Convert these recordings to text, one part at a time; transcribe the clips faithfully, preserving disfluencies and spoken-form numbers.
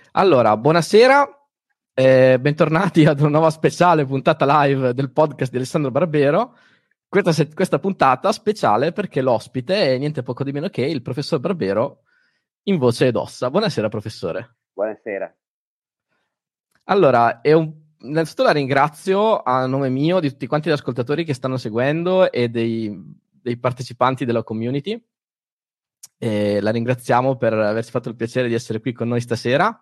Allora, buonasera, eh, bentornati ad una nuova speciale puntata live del podcast di Alessandro Barbero. Questa, se- questa puntata speciale perché l'ospite è niente poco di meno che il professor Barbero in voce ed ossa. Buonasera, professore. Buonasera. Allora, è un... innanzitutto la ringrazio a nome mio, di tutti quanti gli ascoltatori che stanno seguendo e dei, dei partecipanti della community. E la ringraziamo per averci fatto il piacere di essere qui con noi stasera.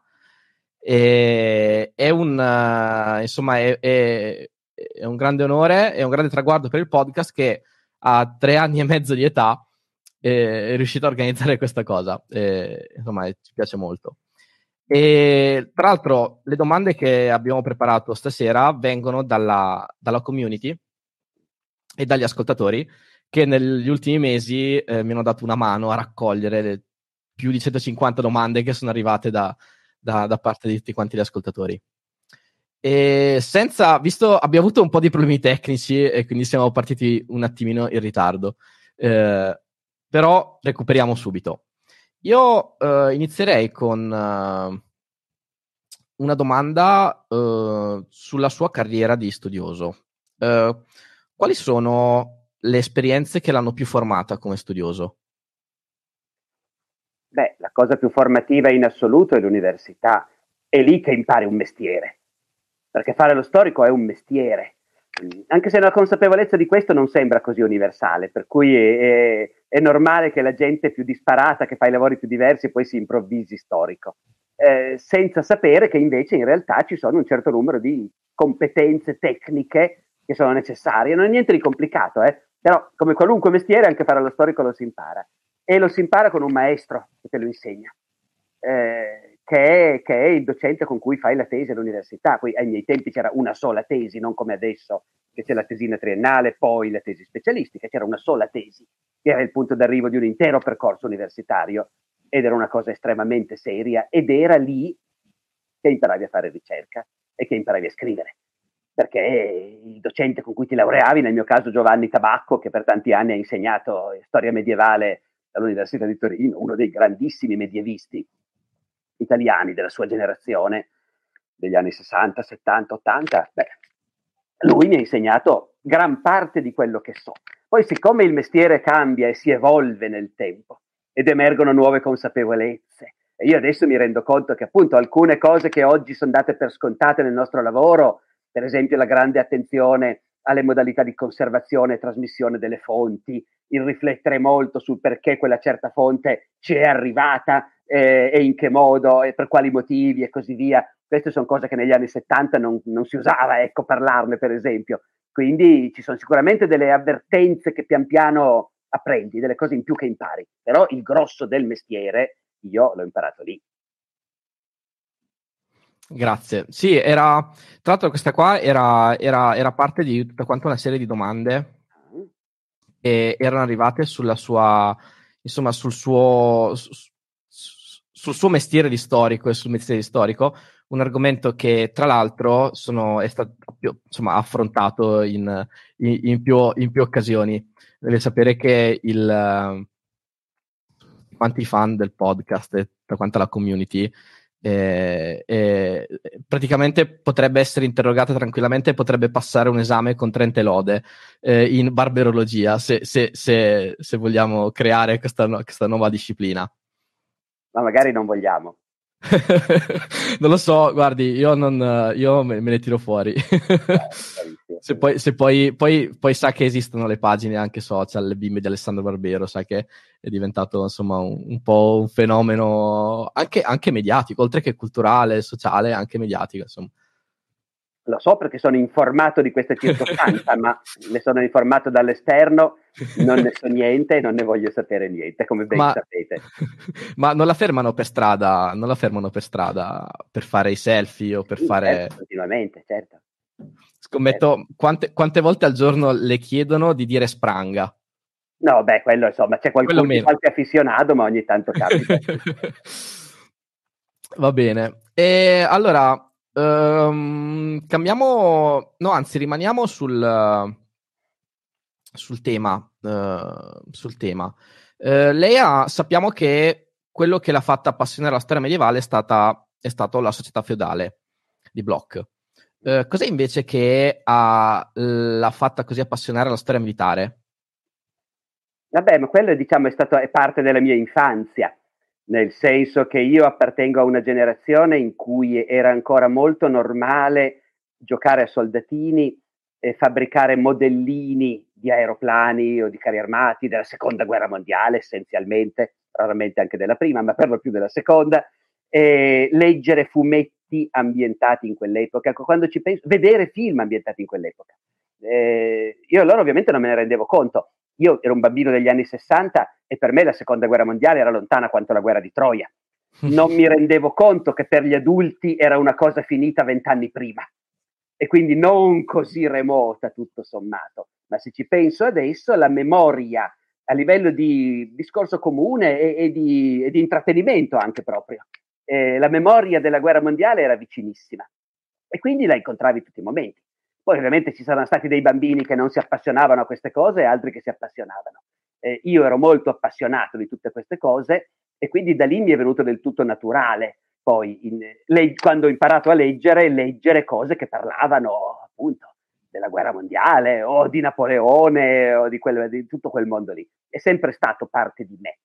E è un uh, insomma è, è, è un grande onore, è un grande traguardo per il podcast che a tre anni e mezzo di età eh, è riuscito a organizzare questa cosa. E, insomma, ci piace molto. E tra l'altro le domande che abbiamo preparato stasera vengono dalla, dalla community e dagli ascoltatori che negli ultimi mesi eh, mi hanno dato una mano a raccogliere le più di centocinquanta domande che sono arrivate da, da, da parte di tutti quanti gli ascoltatori. E senza, visto, abbiamo avuto un po' di problemi tecnici e quindi siamo partiti un attimino in ritardo, eh, però recuperiamo subito. Io eh, inizierei con uh, una domanda uh, sulla sua carriera di studioso. Uh, quali sono le esperienze che l'hanno più formata come studioso? Beh, la cosa più formativa in assoluto è l'università. È lì che impari un mestiere, perché fare lo storico è un mestiere. Anche se la consapevolezza di questo non sembra così universale, per cui è, è, è normale che la gente più disparata, che fa i lavori più diversi, poi si improvvisi storico, eh, senza sapere che invece in realtà ci sono un certo numero di competenze tecniche che sono necessarie. Non è niente di complicato, eh? Però come qualunque mestiere anche fare lo storico lo si impara, e lo si impara con un maestro che te lo insegna. Eh, che è, che è il docente con cui fai la tesi all'università. Poi ai miei tempi c'era una sola tesi, non come adesso che c'è la tesina triennale, poi la tesi specialistica, c'era una sola tesi, che era il punto d'arrivo di un intero percorso universitario, ed era una cosa estremamente seria, ed era lì che imparavi a fare ricerca e che imparavi a scrivere, perché il docente con cui ti laureavi, nel mio caso Giovanni Tabacco, che per tanti anni ha insegnato storia medievale all'Università di Torino, uno dei grandissimi medievisti italiani della sua generazione, degli anni sessanta, settanta, ottanta, beh, lui mi ha insegnato gran parte di quello che so. Poi siccome il mestiere cambia e si evolve nel tempo ed emergono nuove consapevolezze, e io adesso mi rendo conto che appunto alcune cose che oggi sono date per scontate nel nostro lavoro, per esempio la grande attenzione alle modalità di conservazione e trasmissione delle fonti, il riflettere molto sul perché quella certa fonte ci è arrivata, eh, e in che modo e per quali motivi e così via. Queste sono cose che negli anni settanta non, non si usava, ecco, parlarne per esempio. Quindi ci sono sicuramente delle avvertenze che pian piano apprendi, delle cose in più che impari, però il grosso del mestiere io l'ho imparato lì. Grazie. Sì, era tra l'altro questa qua era, era, era parte di tutta quanta una serie di domande che erano arrivate sulla sua, insomma, sul suo, su, sul suo mestiere di storico e sul mestiere di storico, un argomento che tra l'altro sono, è stato più, insomma, affrontato in, in, in, più, in più occasioni. Deve sapere che il, quanti fan del podcast e tutta quanta la community eh, eh, praticamente potrebbe essere interrogata tranquillamente e potrebbe passare un esame con trenta lode eh, in barberologia se, se, se, se vogliamo creare questa, questa nuova disciplina. Ma magari non vogliamo. Non lo so, guardi, io, non, io me, me ne tiro fuori. Se poi, se poi, poi, poi sa che esistono le pagine anche social, le bimbe di Alessandro Barbero, sa che è diventato insomma un, un po' un fenomeno anche, anche mediatico, oltre che culturale, sociale, anche mediatico, insomma. Lo so perché sono informato di questa circostanza, ma ne sono informato dall'esterno, non ne so niente e non ne voglio sapere niente, come ben ma, sapete. Ma non la fermano per strada, non la fermano per strada per fare i selfie o per Sì, fare... certo, continuamente, certo. Scommetto, certo. Quante, quante volte al giorno le chiedono di dire spranga? No, beh, quello insomma, c'è qualcuno, c'è meno. qualche afficionato, ma ogni tanto capita. Va bene. E allora, um, cambiamo, no, anzi, rimaniamo sul, sul tema. Uh, sul tema. Uh, lei ha, sappiamo che quello che l'ha fatta appassionare alla storia medievale è stata è stato la società feudale di Bloch. Eh, cos'è invece che ha, l'ha fatta così appassionare alla storia militare? Vabbè, ma quello diciamo è stato è parte della mia infanzia, nel senso che io appartengo a una generazione in cui era ancora molto normale giocare a soldatini e fabbricare modellini di aeroplani o di carri armati della seconda guerra mondiale essenzialmente, raramente anche della prima, ma per lo più della seconda, e leggere fumetti ambientati in quell'epoca. Ecco, quando ci penso, vedere film ambientati in quell'epoca. Eh, io allora ovviamente non me ne rendevo conto. Io ero un bambino degli anni sessanta e per me la seconda guerra mondiale era lontana quanto la guerra di Troia. Non mi rendevo conto che per gli adulti era una cosa finita vent'anni prima e quindi non così remota tutto sommato. Ma se ci penso adesso, la memoria a livello di discorso comune e, e, di, e di intrattenimento anche proprio, eh, la memoria della guerra mondiale era vicinissima e quindi la incontravi tutti i momenti. Poi ovviamente ci saranno stati dei bambini che non si appassionavano a queste cose e altri che si appassionavano. Eh, io ero molto appassionato di tutte queste cose e quindi da lì mi è venuto del tutto naturale. Poi in, le, quando ho imparato a leggere, leggere cose che parlavano appunto della guerra mondiale o di Napoleone o di, quel, di tutto quel mondo lì. È sempre stato parte di me.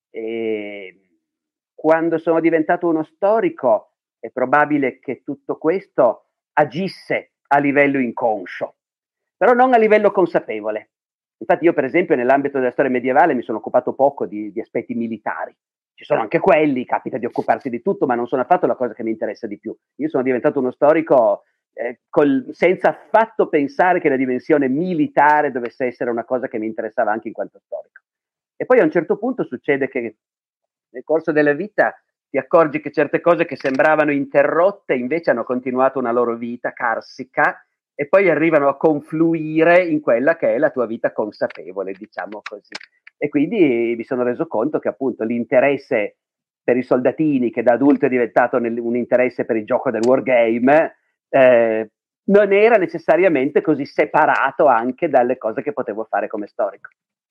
E quando sono diventato uno storico è probabile che tutto questo agisse a livello inconscio, però non a livello consapevole. Infatti io per esempio nell'ambito della storia medievale mi sono occupato poco di, di aspetti militari. Ci sono anche quelli, capita di occuparsi di tutto, ma non sono affatto la cosa che mi interessa di più. Io sono diventato uno storico eh, col, senza affatto pensare che la dimensione militare dovesse essere una cosa che mi interessava anche in quanto storico. E poi a un certo punto succede che nel corso della vita ti accorgi che certe cose che sembravano interrotte invece hanno continuato una loro vita carsica e poi arrivano a confluire in quella che è la tua vita consapevole, diciamo così. E quindi mi sono reso conto che appunto l'interesse per i soldatini, che da adulto è diventato nel, un interesse per il gioco del wargame, eh, non era necessariamente così separato anche dalle cose che potevo fare come storico.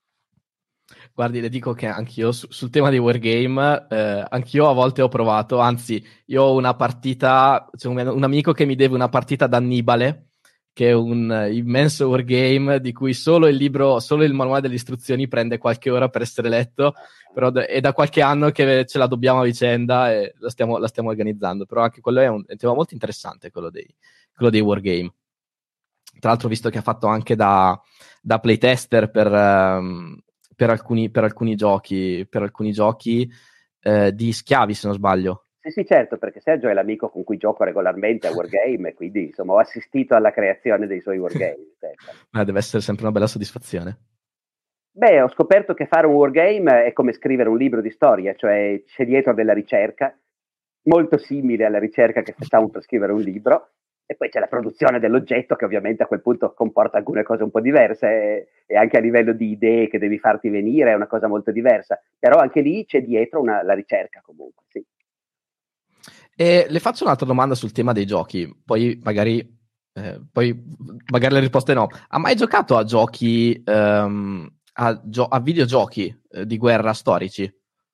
Guardi, le dico che anch'io su, sul tema dei wargame, eh, anch'io a volte ho provato, anzi, io ho una partita, c'è un, un amico che mi deve una partita d'Annibale, che è un immenso wargame di cui solo il libro, solo il manuale delle istruzioni prende qualche ora per essere letto, però d- è da qualche anno che ce la dobbiamo a vicenda e la stiamo, la stiamo organizzando, però anche quello è un, è un tema molto interessante, quello dei, quello dei wargame. Tra l'altro, visto che ha fatto anche da, da playtester per... Um, Per alcuni, per alcuni giochi, per alcuni giochi eh, di schiavi, se non sbaglio. Sì, sì, certo, perché Sergio è l'amico con cui gioco regolarmente a wargame e quindi insomma ho assistito alla creazione dei suoi wargame. Certo. Ma deve essere sempre una bella soddisfazione. Beh, ho scoperto che fare un wargame è come scrivere un libro di storia, cioè c'è dietro della ricerca, molto simile alla ricerca che facciamo per scrivere un libro, e poi c'è la produzione dell'oggetto che ovviamente a quel punto comporta alcune cose un po' diverse e, e anche a livello di idee che devi farti venire è una cosa molto diversa, però anche lì c'è dietro una, la ricerca comunque, sì. E le faccio un'altra domanda sul tema dei giochi, poi magari, eh, poi magari la risposta è no. Ha mai giocato a giochi, um, a, gio- a videogiochi eh, di guerra storici?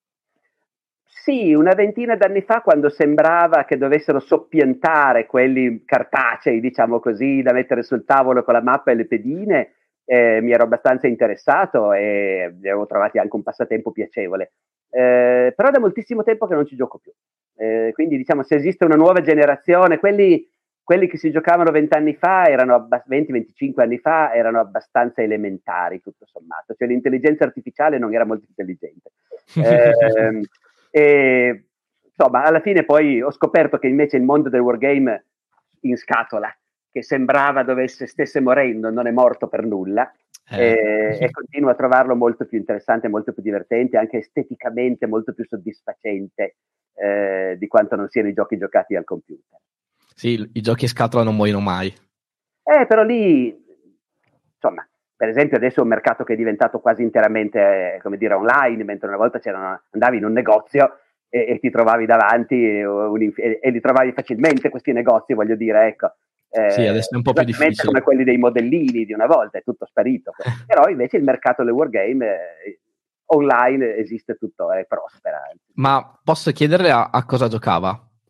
Sì, una ventina d'anni fa, quando sembrava che dovessero soppiantare quelli cartacei, diciamo così, da mettere sul tavolo con la mappa e le pedine, eh, mi ero abbastanza interessato e li avevo trovati anche un passatempo piacevole. Eh, però da moltissimo tempo che non ci gioco più. Eh, quindi diciamo, se esiste una nuova generazione, quelli, quelli che si giocavano vent'anni fa, erano venti venticinque anni fa, erano abbastanza elementari, tutto sommato. Cioè l'intelligenza artificiale non era molto intelligente. Eh, E insomma, alla fine poi ho scoperto che invece il mondo del wargame in scatola, che sembrava dovesse stesse morendo, non è morto per nulla, eh. e, e continuo a trovarlo molto più interessante, molto più divertente, anche esteticamente molto più soddisfacente eh, di quanto non siano i giochi giocati al computer. Sì, i giochi in scatola non muoiono mai. Eh, però lì, insomma, per esempio adesso è un mercato che è diventato quasi interamente, eh, come dire, online, mentre una volta c'erano, andavi in un negozio e, e ti trovavi davanti e, un, e, e li trovavi facilmente questi negozi, voglio dire, ecco. Eh, sì, adesso è un po' più difficile. Come quelli dei modellini di una volta, è tutto sparito. Però invece il mercato del wargame eh, online esiste tutto, è prospera. Ma posso chiederle a, a cosa giocava?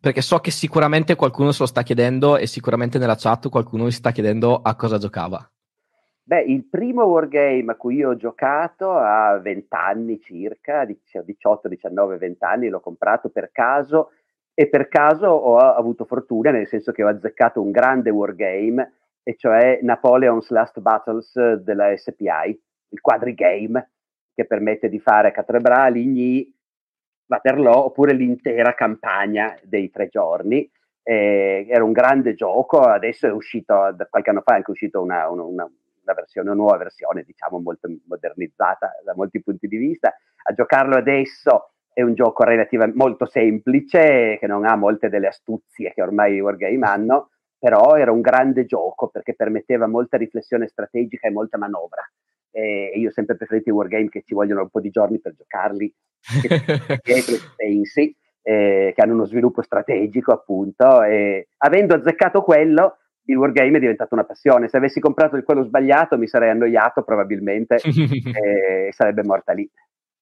perché so che sicuramente qualcuno se lo sta chiedendo e sicuramente nella chat qualcuno mi sta chiedendo a cosa giocava. Beh, il primo wargame a cui io ho giocato a venti anni circa, diciotto, diciannove, venti anni, l'ho comprato per caso e per caso ho avuto fortuna, nel senso che ho azzeccato un grande wargame, e cioè Napoleon's Last Battles della S P I, il quadrigame, che permette di fare Caterbra, Ligny, Waterloo, oppure l'intera campagna dei tre giorni. Eh, era un grande gioco, adesso è uscito, da qualche anno fa è anche uscito una, una, una una versione, una nuova versione, diciamo molto modernizzata da molti punti di vista. A giocarlo adesso è un gioco relativamente molto semplice, che non ha molte delle astuzie che ormai i wargame hanno, però era un grande gioco perché permetteva molta riflessione strategica e molta manovra. E io ho sempre preferito i wargame che ci vogliono un po' di giorni per giocarli, che dietro ci pensi, eh, che hanno uno sviluppo strategico appunto, e avendo azzeccato quello il wargame è diventato una passione. Se avessi comprato il quello sbagliato mi sarei annoiato probabilmente e sarebbe morta lì.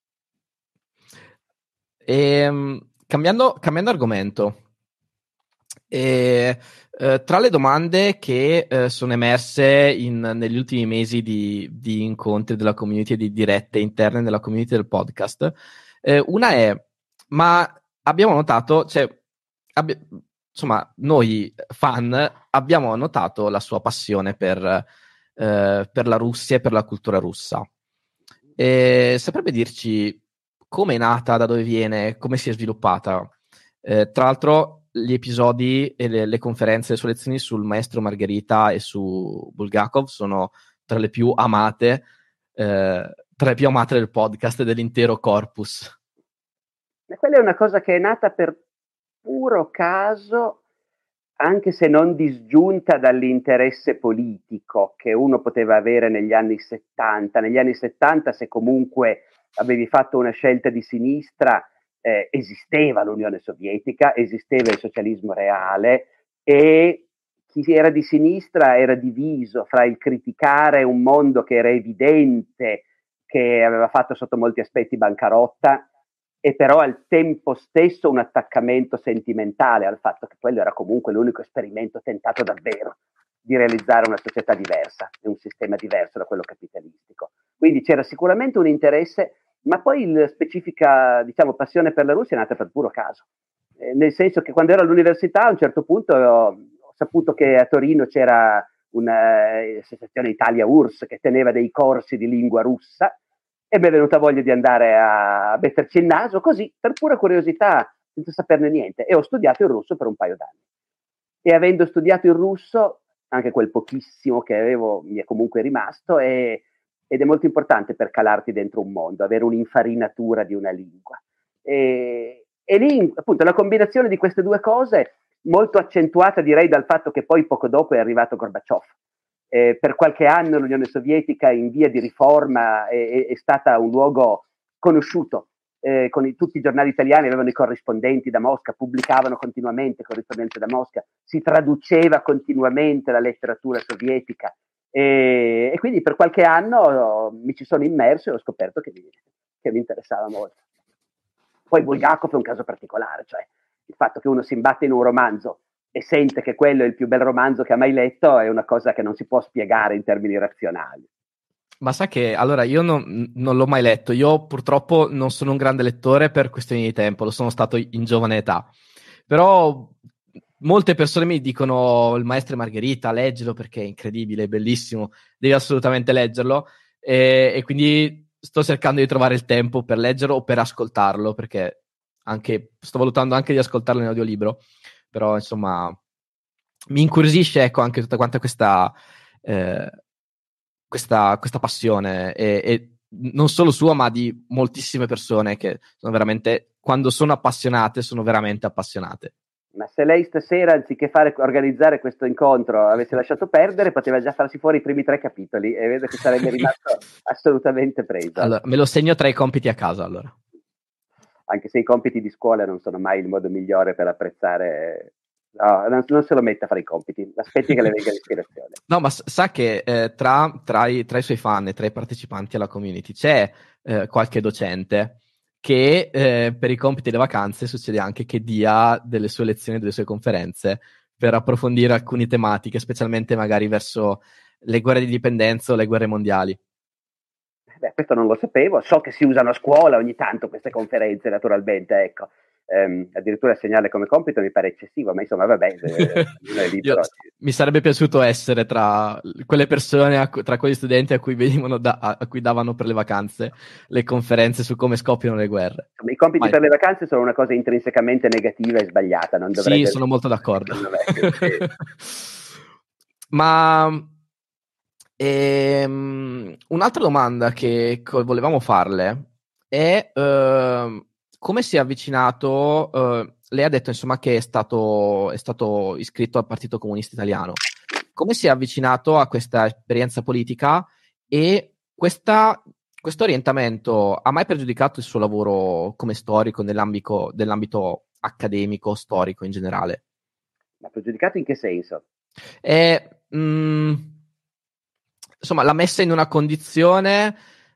E, cambiando, cambiando argomento, e, eh, tra le domande che eh, sono emerse in, negli ultimi mesi di, di incontri della community e di dirette interne della community del podcast, eh, una è, ma abbiamo notato, cioè, abbi- insomma, noi fan abbiamo notato la sua passione per, eh, per la Russia e per la cultura russa. E saprebbe dirci come è nata, da dove viene, come si è sviluppata? Eh, tra l'altro, gli episodi e le, le conferenze, le sue lezioni sul maestro Margherita e su Bulgakov sono tra le più amate, eh, tra le più amate del podcast e dell'intero corpus. E quella è una cosa che è nata per puro caso, anche se non disgiunta dall'interesse politico che uno poteva avere negli anni settanta. Negli anni settanta, se comunque avevi fatto una scelta di sinistra, eh, esisteva l'Unione Sovietica, esisteva il socialismo reale, e chi era di sinistra era diviso fra il criticare un mondo che era evidente che aveva fatto sotto molti aspetti bancarotta, e però al tempo stesso un attaccamento sentimentale al fatto che quello era comunque l'unico esperimento tentato davvero di realizzare una società diversa e un sistema diverso da quello capitalistico. Quindi c'era sicuramente un interesse, ma poi la specifica, diciamo, passione per la Russia è nata per puro caso, eh, nel senso che quando ero all'università a un certo punto ho, ho saputo che a Torino c'era un'associazione Italia U R S S che teneva dei corsi di lingua russa, e mi è venuta voglia di andare a metterci il naso così, per pura curiosità, senza saperne niente, e ho studiato il russo per un paio d'anni. E avendo studiato il russo, anche quel pochissimo che avevo mi è comunque rimasto, e, ed è molto importante per calarti dentro un mondo, avere un'infarinatura di una lingua. E, e lì, appunto, la combinazione di queste due cose, molto accentuata direi dal fatto che poi poco dopo è arrivato Gorbaciov. Eh, per qualche anno l'Unione Sovietica in via di riforma è, è stata un luogo conosciuto, eh, con i, tutti i giornali italiani avevano i corrispondenti da Mosca, pubblicavano continuamente corrispondenze da Mosca, si traduceva continuamente la letteratura sovietica, e, e quindi per qualche anno oh, mi ci sono immerso e ho scoperto che mi, che mi interessava molto. Poi Bulgakov è un caso particolare, cioè il fatto che uno si imbatte in un romanzo e sente che quello è il più bel romanzo che ha mai letto è una cosa che non si può spiegare in termini razionali. Ma sa che, allora, io non, non l'ho mai letto, io purtroppo non sono un grande lettore per questioni di tempo, lo sono stato in giovane età, però molte persone mi dicono il maestro Margherita, leggilo perché è incredibile, è bellissimo, devi assolutamente leggerlo, e, e quindi sto cercando di trovare il tempo per leggerlo o per ascoltarlo, perché anche sto valutando anche di ascoltarlo in audiolibro. Però insomma mi incuriosisce, ecco, anche tutta quanta questa eh, questa, questa passione e, e non solo sua ma di moltissime persone che sono veramente, quando sono appassionate sono veramente appassionate. Ma se lei stasera, anziché fare, organizzare questo incontro, avesse lasciato perdere, poteva già farsi fuori i primi tre capitoli e vedo che sarebbe rimasto assolutamente preso. Allora, me lo segno tra i compiti a casa, allora. Anche se i compiti di scuola non sono mai il modo migliore per apprezzare. No, non, non se lo metta a fare i compiti, aspetti che le venga l'ispirazione. No, ma sa che eh, tra, tra, i, tra i suoi fan e tra i partecipanti alla community c'è eh, qualche docente che eh, per i compiti e le vacanze succede anche che dia delle sue lezioni, delle sue conferenze per approfondire alcune tematiche, specialmente magari verso le guerre di dipendenza o le guerre mondiali. Beh, questo non lo sapevo, so che si usano a scuola ogni tanto queste conferenze, naturalmente, ecco. Um, addirittura segnarle come compito mi pare eccessivo, ma insomma vabbè, eh, non è libero. Io, mi sarebbe piaciuto essere tra quelle persone, a, tra quegli studenti a cui venivano da, a, a cui davano per le vacanze le conferenze su come scoppiano le guerre. I compiti Vai. per le vacanze sono una cosa intrinsecamente negativa e sbagliata, non dovrebbe... Sì, sono molto d'accordo. Sì. Ma ehm, un'altra domanda che volevamo farle è uh, come si è avvicinato, uh, lei ha detto insomma che è stato, è stato iscritto al Partito Comunista Italiano, come si è avvicinato a questa esperienza politica e questa, questo orientamento ha mai pregiudicato il suo lavoro come storico nell'ambito, nell'ambito accademico, storico in generale? Ma pregiudicato in che senso? È, mh, insomma, l'ha messa in una condizione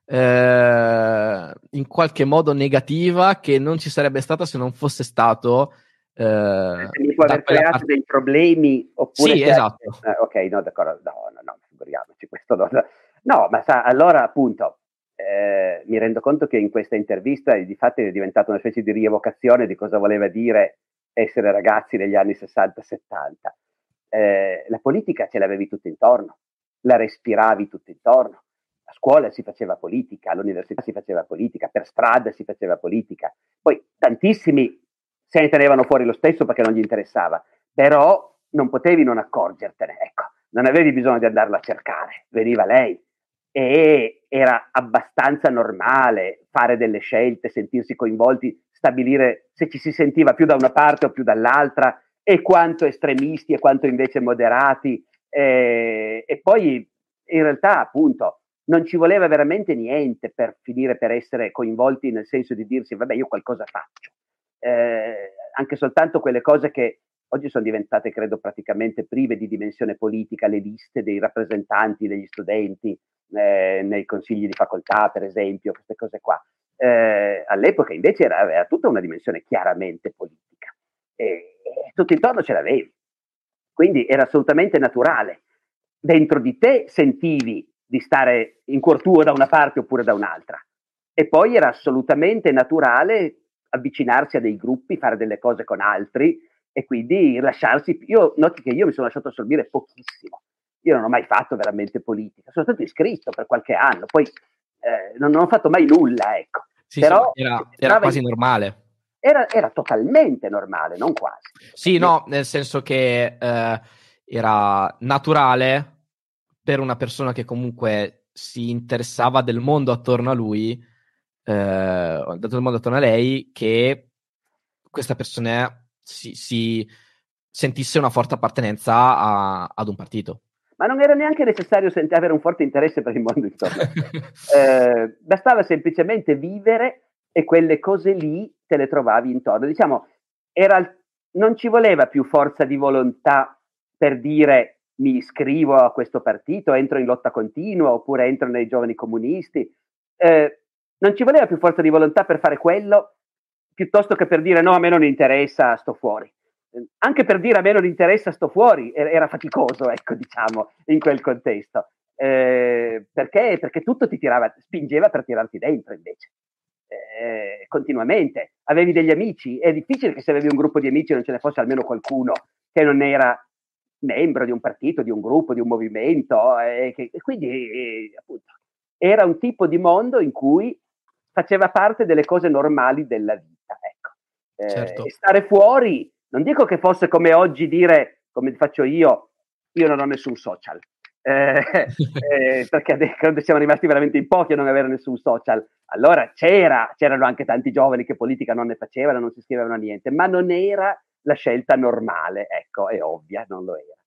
eh, in qualche modo negativa che non ci sarebbe stata se non fosse stato eh, se mi può aver creato parte... dei problemi oppure... Sì, se... esatto. Eh, ok, no, d'accordo, no, no, no, figuriamoci, questo no. No, ma sa, allora appunto eh, mi rendo conto che in questa intervista di fatto è diventata una specie di rievocazione di cosa voleva dire essere ragazzi negli anni sessanta settanta. Eh, la politica ce l'avevi tutto intorno, la respiravi tutto intorno. A scuola si faceva politica, all'università si faceva politica, per strada si faceva politica. Poi tantissimi se ne tenevano fuori lo stesso perché non gli interessava, però non potevi non accorgertene, ecco, non avevi bisogno di andarla a cercare, veniva lei e era abbastanza normale fare delle scelte, sentirsi coinvolti, stabilire se ci si sentiva più da una parte o più dall'altra e quanto estremisti e quanto invece moderati eh, e poi in realtà appunto non ci voleva veramente niente per finire per essere coinvolti nel senso di dirsi vabbè io qualcosa faccio. Eh, anche soltanto quelle cose che oggi sono diventate credo praticamente prive di dimensione politica, le liste dei rappresentanti degli studenti eh, nei consigli di facoltà per esempio, queste cose qua eh, all'epoca invece era, era tutta una dimensione chiaramente politica e, e tutto intorno ce l'avevi, quindi era assolutamente naturale, dentro di te sentivi di stare in cuor tuo da una parte oppure da un'altra e poi era assolutamente naturale avvicinarsi a dei gruppi, fare delle cose con altri e quindi lasciarsi. Io noti che io mi sono lasciato assorbire pochissimo. Io non ho mai fatto veramente politica, sono stato iscritto per qualche anno, poi eh, non, non ho fatto mai nulla, ecco. Sì, però sì, era, era quasi in... normale. Era, era totalmente normale, non quasi. Sì, no, nel senso che eh, era naturale per una persona che comunque si interessava del mondo attorno a lui, eh, del mondo attorno a lei, che questa persona si, si sentisse una forte appartenenza a, ad un partito. Ma non era neanche necessario sent- avere un forte interesse per il mondo intorno. eh, bastava semplicemente vivere e quelle cose lì te le trovavi intorno. Diciamo, era, non ci voleva più forza di volontà per dire mi iscrivo a questo partito, entro in lotta continua oppure entro nei giovani comunisti. Eh, non ci voleva più forza di volontà per fare quello piuttosto che per dire no, a me non interessa, sto fuori. Anche per dire a me non interessa, sto fuori, era faticoso, ecco, diciamo, in quel contesto. Eh, perché? Perché tutto ti tirava, spingeva per tirarti dentro, invece. Eh, continuamente. Avevi degli amici, è difficile che se avevi un gruppo di amici non ce ne fosse almeno qualcuno che non era membro di un partito, di un gruppo, di un movimento, eh, che, e quindi, eh, appunto, era un tipo di mondo in cui faceva parte delle cose normali della vita, ecco. Eh, certo. E stare fuori, non dico che fosse come oggi dire, come faccio io, io non ho nessun social, eh, eh, perché credo siamo rimasti veramente in pochi a non avere nessun social. Allora c'era, c'erano anche tanti giovani che politica non ne facevano, non si iscrivevano a niente, ma non era la scelta normale, ecco, è ovvia, non lo era.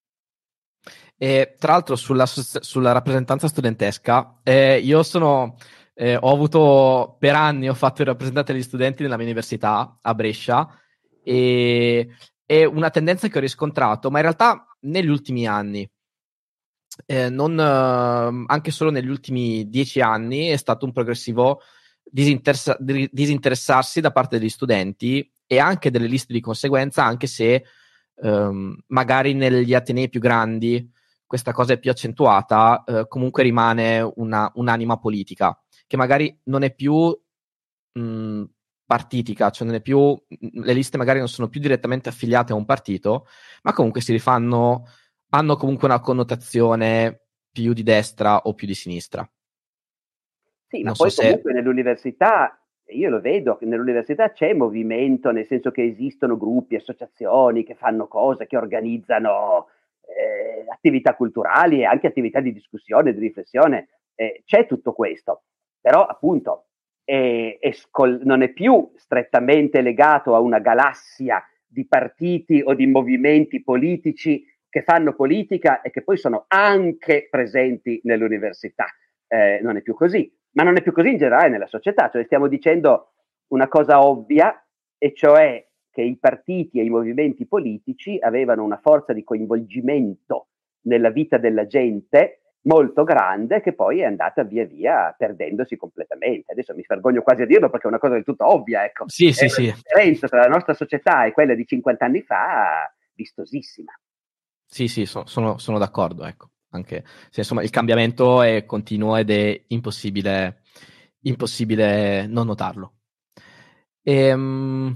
E tra l'altro sulla, sulla rappresentanza studentesca, eh, io sono... Eh, ho avuto per anni, ho fatto il rappresentante degli studenti nella mia università a Brescia e è una tendenza che ho riscontrato, ma in realtà negli ultimi anni, eh, non, eh, anche solo negli ultimi dieci anni è stato un progressivo disinteressa- disinteressarsi da parte degli studenti e anche delle liste di conseguenza, anche se um, magari negli atenei più grandi questa cosa è più accentuata, uh, comunque rimane una, un'anima politica, che magari non è più mh, partitica, cioè non è più, le liste magari non sono più direttamente affiliate a un partito, ma comunque si rifanno, hanno comunque una connotazione più di destra o più di sinistra. Sì, ma Non so poi se... comunque nell'università, io lo vedo, che nell'università c'è movimento, nel senso che esistono gruppi, associazioni che fanno cose, che organizzano eh, attività culturali e anche attività di discussione, di riflessione, eh, c'è tutto questo, però appunto è, è scol- non è più strettamente legato a una galassia di partiti o di movimenti politici che fanno politica e che poi sono anche presenti nell'università. Eh, non è più così, ma non è più così in generale nella società, cioè stiamo dicendo una cosa ovvia, e cioè che i partiti e i movimenti politici avevano una forza di coinvolgimento nella vita della gente molto grande, che poi è andata via via perdendosi completamente. Adesso mi vergogno quasi a dirlo perché è una cosa del tutto ovvia, ecco. Sì, È sì, una sì. differenza tra la nostra società e quella di cinquanta anni fa vistosissima. Sì, sì, so- sono, sono d'accordo, ecco. Anche se insomma il cambiamento è continuo ed è impossibile, impossibile non notarlo. Ehm,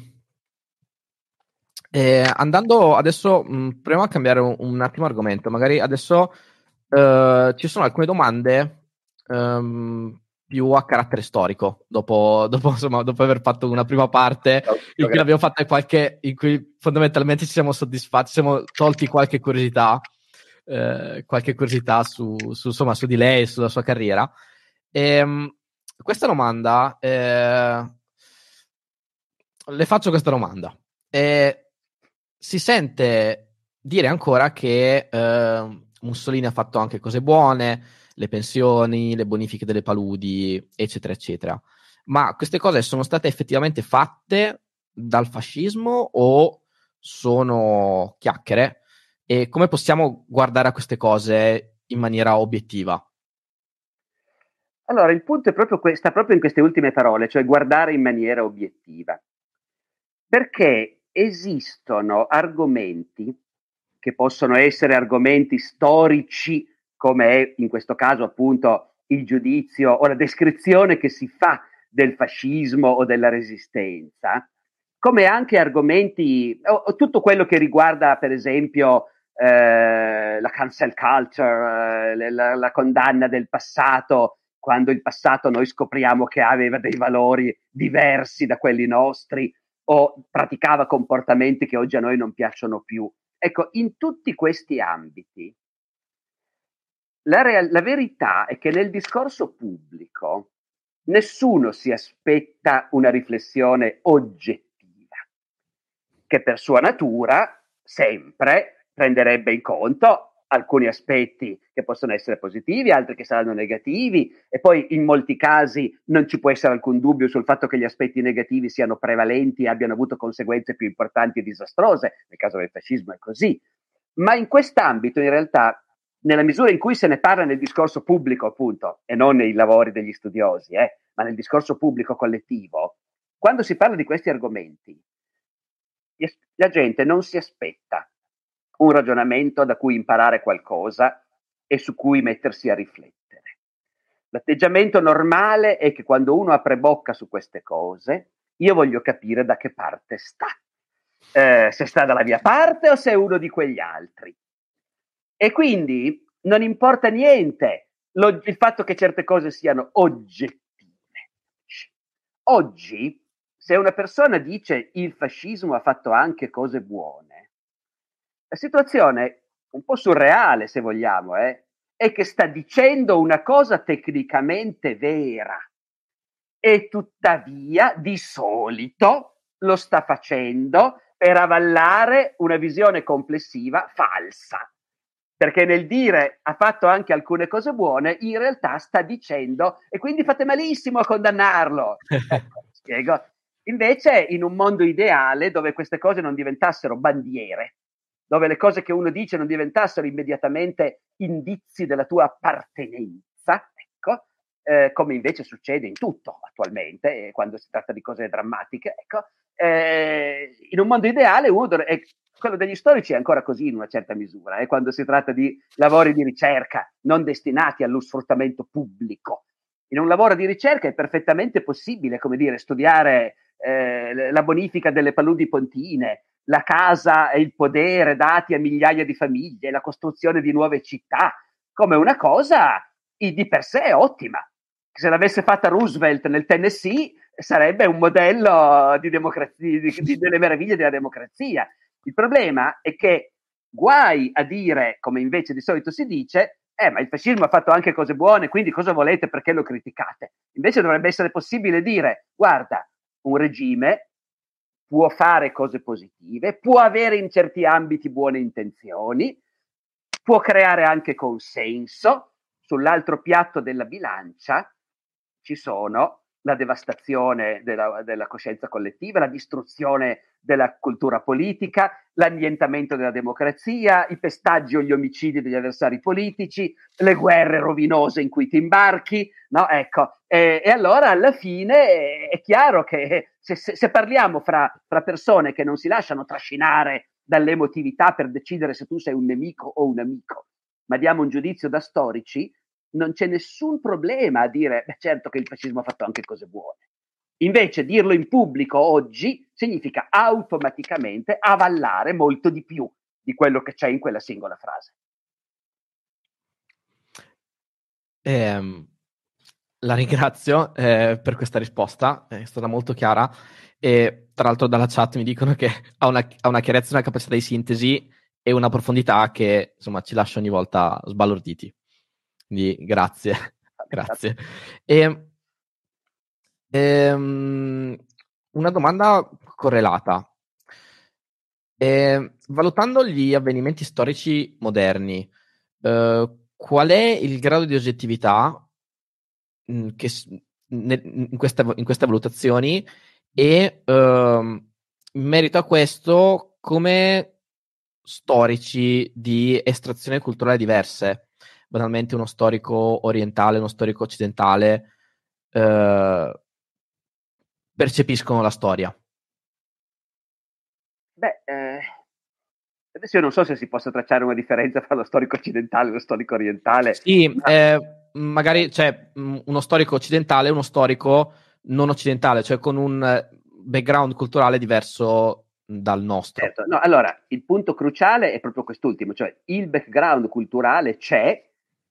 eh, andando adesso, mh, proviamo a cambiare un, un attimo argomento. Magari adesso eh, ci sono alcune domande ehm, più a carattere storico, dopo, dopo, insomma, dopo aver fatto una prima parte in cui l'abbiamo fatta qualche, in cui fondamentalmente ci siamo soddisfatti, ci siamo tolti qualche curiosità, eh, qualche curiosità su, su, insomma, su di lei, sulla sua carriera. E, mh, questa domanda, eh, le faccio questa domanda. Eh, si sente dire ancora che eh, Mussolini ha fatto anche cose buone, le pensioni, le bonifiche delle paludi, eccetera, eccetera. Ma queste cose sono state effettivamente fatte dal fascismo o sono chiacchiere? E come possiamo guardare a queste cose in maniera obiettiva? Allora, il punto è proprio que- sta proprio in queste ultime parole, cioè guardare in maniera obiettiva. Perché esistono argomenti che possono essere argomenti storici, come è in questo caso appunto il giudizio o la descrizione che si fa del fascismo o della resistenza, come anche argomenti, o, o tutto quello che riguarda per esempio eh, la cancel culture, eh, la, la condanna del passato, quando il passato noi scopriamo che aveva dei valori diversi da quelli nostri o praticava comportamenti che oggi a noi non piacciono più. Ecco, in tutti questi ambiti, la, real- la verità è che nel discorso pubblico nessuno si aspetta una riflessione oggettiva, che per sua natura sempre prenderebbe in conto alcuni aspetti che possono essere positivi, altri che saranno negativi, e poi in molti casi non ci può essere alcun dubbio sul fatto che gli aspetti negativi siano prevalenti e abbiano avuto conseguenze più importanti e disastrose. Nel caso del fascismo è così. Ma in quest'ambito, in realtà, nella misura in cui se ne parla nel discorso pubblico, appunto, e non nei lavori degli studiosi, eh, ma nel discorso pubblico collettivo, quando si parla di questi argomenti, la gente non si aspetta un ragionamento da cui imparare qualcosa e su cui mettersi a riflettere. L'atteggiamento normale è che quando uno apre bocca su queste cose, io voglio capire da che parte sta. Eh, se sta dalla mia parte o se è uno di quegli altri. E quindi non importa niente lo, il fatto che certe cose siano oggettive. Oggi, se una persona dice il fascismo ha fatto anche cose buone, la situazione un po' surreale, se vogliamo, eh, è che sta dicendo una cosa tecnicamente vera e tuttavia di solito lo sta facendo per avallare una visione complessiva falsa. Perché nel dire ha fatto anche alcune cose buone, in realtà sta dicendo e quindi fate malissimo a condannarlo. Ecco, spiego. Invece in un mondo ideale dove queste cose non diventassero bandiere, dove le cose che uno dice non diventassero immediatamente indizi della tua appartenenza, ecco, eh, come invece succede in tutto attualmente, eh, quando si tratta di cose drammatiche. Ecco, eh, in un mondo ideale, uno dovrebbe, quello degli storici è ancora così in una certa misura, eh, quando si tratta di lavori di ricerca non destinati allo sfruttamento pubblico. In un lavoro di ricerca è perfettamente possibile, come dire, studiare eh, la bonifica delle paludi pontine, la casa e il podere dati a migliaia di famiglie, la costruzione di nuove città, come una cosa di per sé ottima. Se l'avesse fatta Roosevelt nel Tennessee sarebbe un modello di democrazia, di, di, delle meraviglie della democrazia. Il problema è che guai a dire, come invece di solito si dice, eh, ma il fascismo ha fatto anche cose buone, quindi cosa volete, perché lo criticate? Invece dovrebbe essere possibile dire, guarda, un regime può fare cose positive, può avere in certi ambiti buone intenzioni, può creare anche consenso. Sull'altro piatto della bilancia ci sono la devastazione della, della coscienza collettiva, la distruzione della cultura politica, l'annientamento della democrazia, i pestaggi o gli omicidi degli avversari politici, le guerre rovinose in cui ti imbarchi, no? Ecco, e, e allora alla fine è, è chiaro che se, se, se parliamo fra, fra persone che non si lasciano trascinare dall'emotività per decidere se tu sei un nemico o un amico, ma diamo un giudizio da storici, non c'è nessun problema a dire, beh, certo che il fascismo ha fatto anche cose buone. Invece dirlo in pubblico oggi significa automaticamente avallare molto di più di quello che c'è in quella singola frase. Eh, la ringrazio eh, per questa risposta, è stata molto chiara, e tra l'altro dalla chat mi dicono che ha una, ha una chiarezza, una capacità di sintesi e una profondità che insomma ci lascia ogni volta sbalorditi. Quindi grazie, grazie. E, ehm, una domanda correlata. E, valutando gli avvenimenti storici moderni, eh, qual è il grado di oggettività mh, che, ne, in, queste, in queste valutazioni e ehm, in merito a questo come storici di estrazione culturale diverse, banalmente uno storico orientale, uno storico occidentale, eh, percepiscono la storia? Beh, eh, adesso io non so se si possa tracciare una differenza tra lo storico occidentale e lo storico orientale. Sì, Ma... eh, magari c'è cioè, uno storico occidentale e uno storico non occidentale, cioè con un background culturale diverso dal nostro. Certo, no, allora, il punto cruciale è proprio quest'ultimo, cioè il background culturale c'è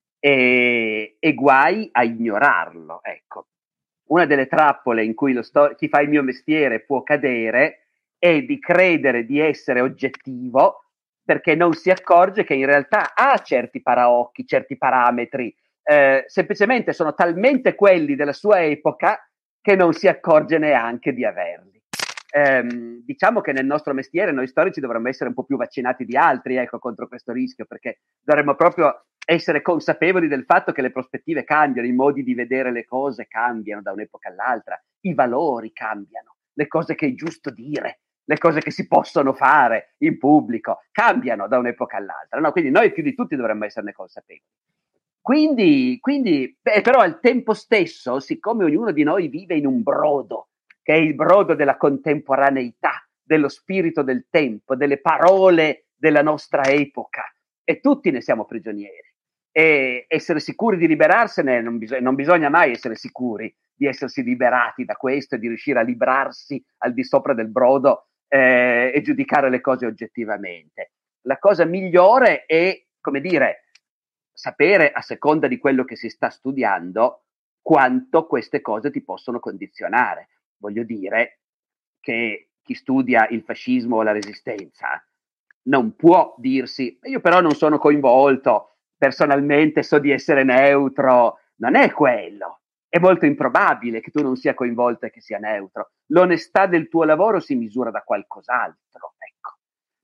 e, e guai a ignorarlo, ecco. Una delle trappole in cui lo sto- chi fa il mio mestiere può cadere è di credere di essere oggettivo perché non si accorge che in realtà ha certi paraocchi, certi parametri, eh, semplicemente sono talmente quelli della sua epoca che non si accorge neanche di averli. Ehm, diciamo che nel nostro mestiere noi storici dovremmo essere un po' più vaccinati di altri, ecco, contro questo rischio, perché dovremmo proprio essere consapevoli del fatto che le prospettive cambiano, i modi di vedere le cose cambiano da un'epoca all'altra, i valori cambiano, le cose che è giusto dire, le cose che si possono fare in pubblico cambiano da un'epoca all'altra, no? Quindi noi più di tutti dovremmo esserne consapevoli. Quindi, quindi beh, però al tempo stesso, siccome ognuno di noi vive in un brodo, che è il brodo della contemporaneità, dello spirito del tempo, delle parole della nostra epoca, e tutti ne siamo prigionieri. E essere sicuri di liberarsene, non, bis- non bisogna mai essere sicuri di essersi liberati da questo e di riuscire a librarsi al di sopra del brodo eh, e giudicare le cose oggettivamente. La cosa migliore è, come dire, sapere a seconda di quello che si sta studiando quanto queste cose ti possono condizionare. Voglio dire che chi studia il fascismo o la resistenza non può dirsi io però non sono coinvolto, personalmente so di essere neutro, non è quello. È molto improbabile che tu non sia coinvolto e che sia neutro. L'onestà del tuo lavoro si misura da qualcos'altro, ecco.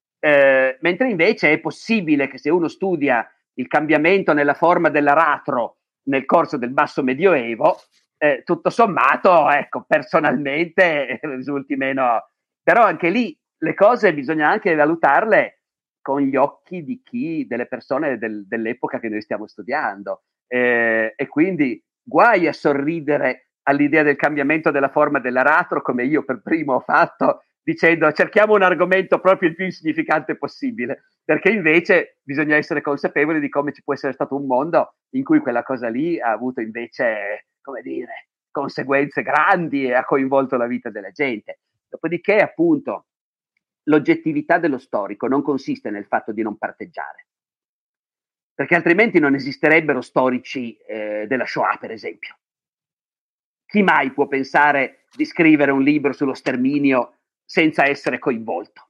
Eh, mentre invece è possibile che se uno studia il cambiamento nella forma dell'aratro nel corso del basso medioevo, eh, tutto sommato, ecco, personalmente risulti meno... Però anche lì le cose bisogna anche valutarle con gli occhi di chi, delle persone del, dell'epoca che noi stiamo studiando. Eh, e quindi guai a sorridere all'idea del cambiamento della forma dell'aratro, come io per primo ho fatto, dicendo cerchiamo un argomento proprio il più insignificante possibile, perché invece bisogna essere consapevoli di come ci può essere stato un mondo in cui quella cosa lì ha avuto invece, come dire, conseguenze grandi e ha coinvolto la vita della gente. Dopodiché, appunto, l'oggettività dello storico non consiste nel fatto di non parteggiare, perché altrimenti non esisterebbero storici eh, della Shoah, per esempio. Chi mai può pensare di scrivere un libro sullo sterminio senza essere coinvolto?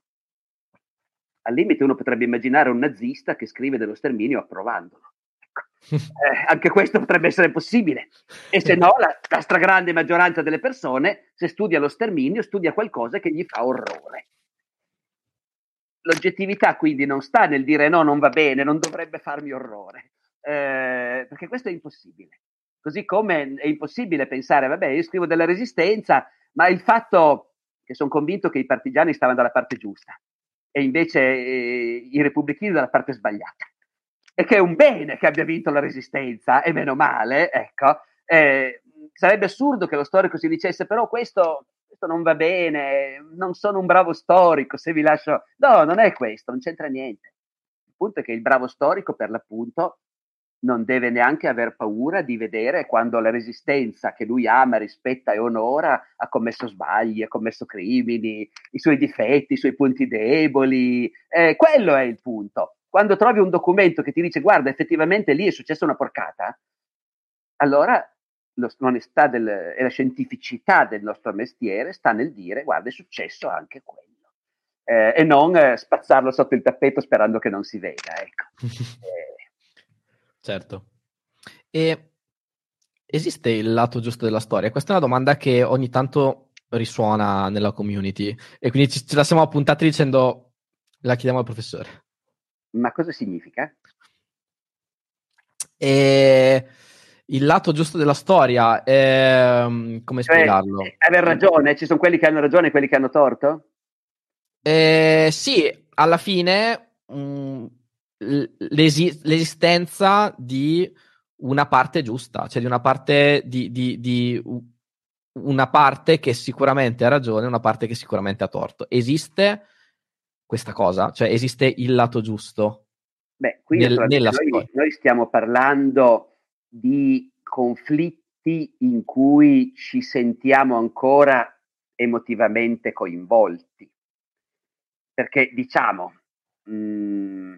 Al limite uno potrebbe immaginare un nazista che scrive dello sterminio approvandolo. Ecco. Eh, anche questo potrebbe essere possibile. E se no, la, la stragrande maggioranza delle persone, se studia lo sterminio, studia qualcosa che gli fa orrore. L'oggettività quindi non sta nel dire no, non va bene, non dovrebbe farmi orrore, eh, perché questo è impossibile. Così come è impossibile pensare, vabbè, io scrivo della resistenza, ma il fatto che sono convinto che i partigiani stavano dalla parte giusta e invece eh, i repubblichini dalla parte sbagliata, e che è un bene che abbia vinto la resistenza, e meno male, ecco, eh, sarebbe assurdo che lo storico si dicesse però questo... questo non va bene, non sono un bravo storico, se vi lascio... No, non è questo, non c'entra niente. Il punto è che il bravo storico, per l'appunto, non deve neanche aver paura di vedere quando la resistenza che lui ama, rispetta e onora ha commesso sbagli, ha commesso crimini, i suoi difetti, i suoi punti deboli. Eh, quello è il punto. Quando trovi un documento che ti dice guarda, effettivamente lì è successa una porcata, allora l'onestà del, e la scientificità del nostro mestiere sta nel dire guarda, è successo anche quello, eh, e non eh, spazzarlo sotto il tappeto sperando che non si veda, ecco. eh. Certo. E esiste il lato giusto della storia? Questa è una domanda che ogni tanto risuona nella community e quindi ci, ce la siamo appuntati dicendo la chiediamo al professore. Ma cosa significa? E il lato giusto della storia, ehm, come Cioè, spiegarlo? aver ragione, ci sono quelli che hanno ragione e quelli che hanno torto? Eh, sì, alla fine mh, l'esi- l'esistenza di una parte giusta, cioè di una parte di, di, di una parte che sicuramente ha ragione, una parte che sicuramente ha torto. Esiste questa cosa, cioè esiste il lato giusto Beh, qui nel- naturalmente nella noi, storia. noi stiamo parlando di conflitti in cui ci sentiamo ancora emotivamente coinvolti. Perché diciamo, mh,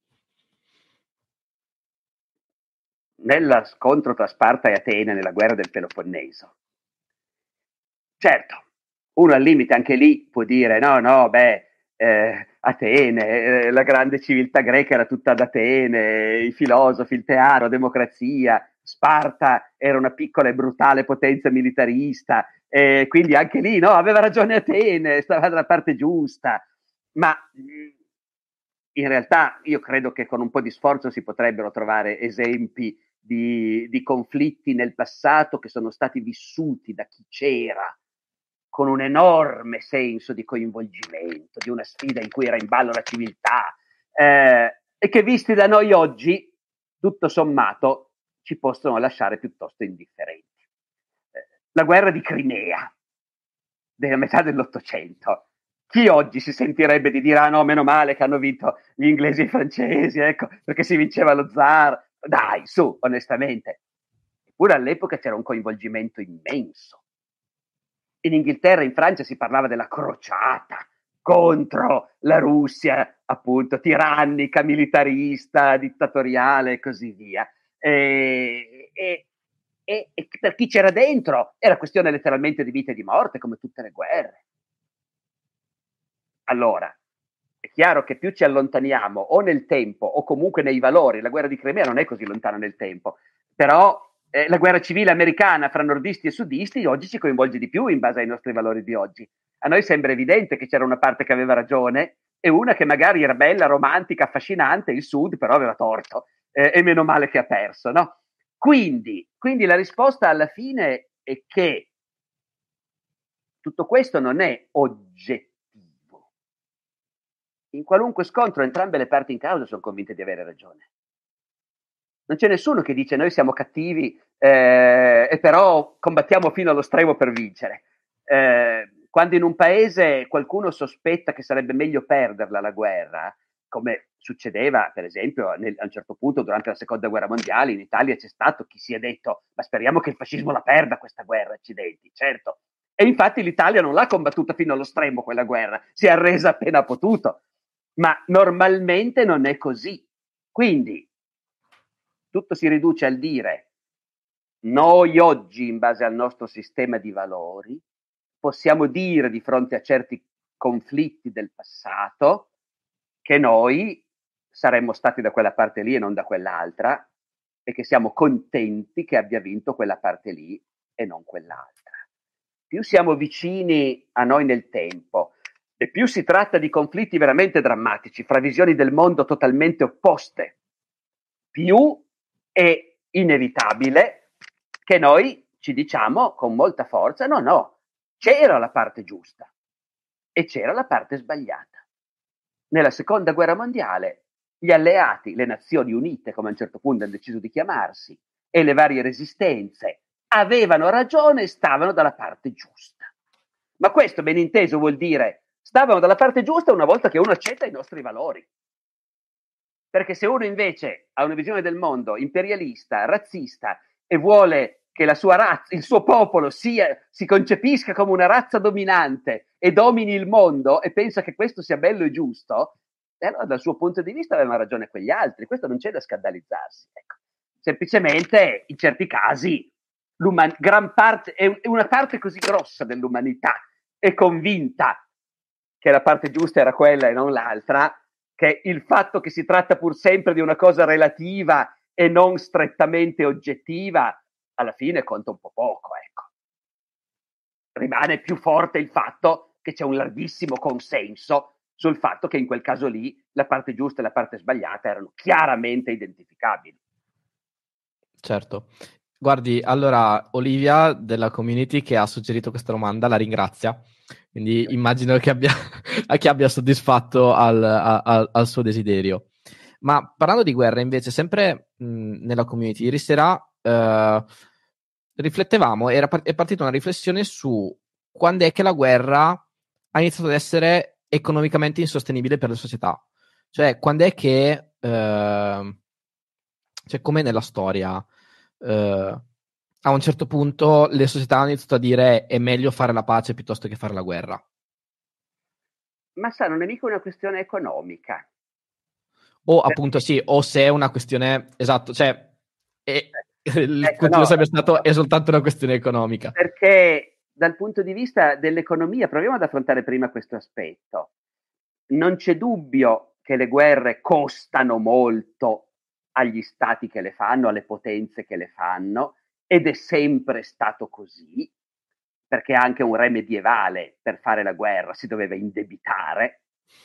nello scontro tra Sparta e Atene nella guerra del Peloponneso, certo, uno al limite anche lì può dire no, no, beh, eh, Atene, eh, la grande civiltà greca era tutta ad Atene, i filosofi, il teatro, democrazia, Sparta era una piccola e brutale potenza militarista, eh, quindi anche lì no, aveva ragione Atene, stava dalla parte giusta, ma in realtà io credo che con un po' di sforzo si potrebbero trovare esempi di, di conflitti nel passato che sono stati vissuti da chi c'era con un enorme senso di coinvolgimento, di una sfida in cui era in ballo la civiltà, eh, e che visti da noi oggi, tutto sommato, ci possono lasciare piuttosto indifferenti. Eh, la guerra di Crimea della metà dell'Ottocento. Chi oggi si sentirebbe di dire ah no, meno male che hanno vinto gli inglesi e i francesi, ecco, perché si vinceva lo zar? Dai, su, onestamente. Eppure all'epoca c'era un coinvolgimento immenso. In Inghilterra e in Francia si parlava della crociata contro la Russia, appunto, tirannica, militarista, dittatoriale e così via. E, e, e, e per chi c'era dentro era questione letteralmente di vita e di morte, come tutte le guerre. Allora, è chiaro che più ci allontaniamo o nel tempo o comunque nei valori, la guerra di Crimea non è così lontana nel tempo, però eh, la guerra civile americana fra nordisti e sudisti oggi ci coinvolge di più in base ai nostri valori di oggi. A noi sembra evidente che c'era una parte che aveva ragione e una che magari era bella, romantica, affascinante, il sud però aveva torto, eh, e meno male che ha perso, no? Quindi, quindi la risposta alla fine è che tutto questo non è oggettivo. In qualunque scontro entrambe le parti in causa sono convinte di avere ragione. Non c'è nessuno che dice noi siamo cattivi eh, e però combattiamo fino allo stremo per vincere. Eh, quando in un paese qualcuno sospetta che sarebbe meglio perderla la guerra, come succedeva per esempio nel, a un certo punto durante la seconda guerra mondiale, in Italia c'è stato chi si è detto ma speriamo che il fascismo la perda questa guerra, accidenti, certo. E infatti l'Italia non l'ha combattuta fino allo stremo quella guerra, si è arresa appena ha potuto, ma normalmente non è così. Quindi tutto si riduce al dire noi oggi, in base al nostro sistema di valori, possiamo dire di fronte a certi conflitti del passato che noi saremmo stati da quella parte lì e non da quell'altra e che siamo contenti che abbia vinto quella parte lì e non quell'altra. Più siamo vicini a noi nel tempo e più si tratta di conflitti veramente drammatici fra visioni del mondo totalmente opposte, più è inevitabile che noi ci diciamo con molta forza no, no, c'era la parte giusta e c'era la parte sbagliata. Nella seconda guerra mondiale gli alleati, le Nazioni Unite, come a un certo punto hanno deciso di chiamarsi, e le varie resistenze avevano ragione e stavano dalla parte giusta. Ma questo, ben inteso, vuol dire stavano dalla parte giusta una volta che uno accetta i nostri valori. Perché se uno invece ha una visione del mondo imperialista, razzista e vuole che la sua razza, il suo popolo sia, si concepisca come una razza dominante e domini il mondo e pensa che questo sia bello e giusto, e allora dal suo punto di vista avevano ragione quegli altri, questo non c'è da scandalizzarsi. Ecco. Semplicemente in certi casi gran parte, è una parte così grossa dell'umanità è convinta che la parte giusta era quella e non l'altra, che il fatto che si tratta pur sempre di una cosa relativa e non strettamente oggettiva, alla fine conta un po' poco, ecco. Rimane più forte il fatto che c'è un larghissimo consenso sul fatto che in quel caso lì la parte giusta e la parte sbagliata erano chiaramente identificabili. Certo. Guardi, allora Olivia della community che ha suggerito questa domanda la ringrazia, quindi immagino che abbia, che abbia soddisfatto al, al, al suo desiderio. Ma parlando di guerra invece, sempre mh, nella community, ieri sera eh, riflettevamo, era part- è partita una riflessione su quando è che la guerra ha iniziato ad essere economicamente insostenibile per le società. Cioè, quando è che, eh, cioè come nella storia, eh, a un certo punto le società hanno iniziato a dire è meglio fare la pace piuttosto che fare la guerra. Ma sa, non è mica una questione economica. O appunto sì, o se è una questione, esatto, cioè è, il Ecco, continuo no, sempre stato è soltanto una questione economica. perché dal punto di vista dell'economia, proviamo ad affrontare prima questo aspetto. Non c'è dubbio che le guerre costano molto agli stati che le fanno, alle potenze che le fanno, ed è sempre stato così, perché anche un re medievale per fare la guerra si doveva indebitare.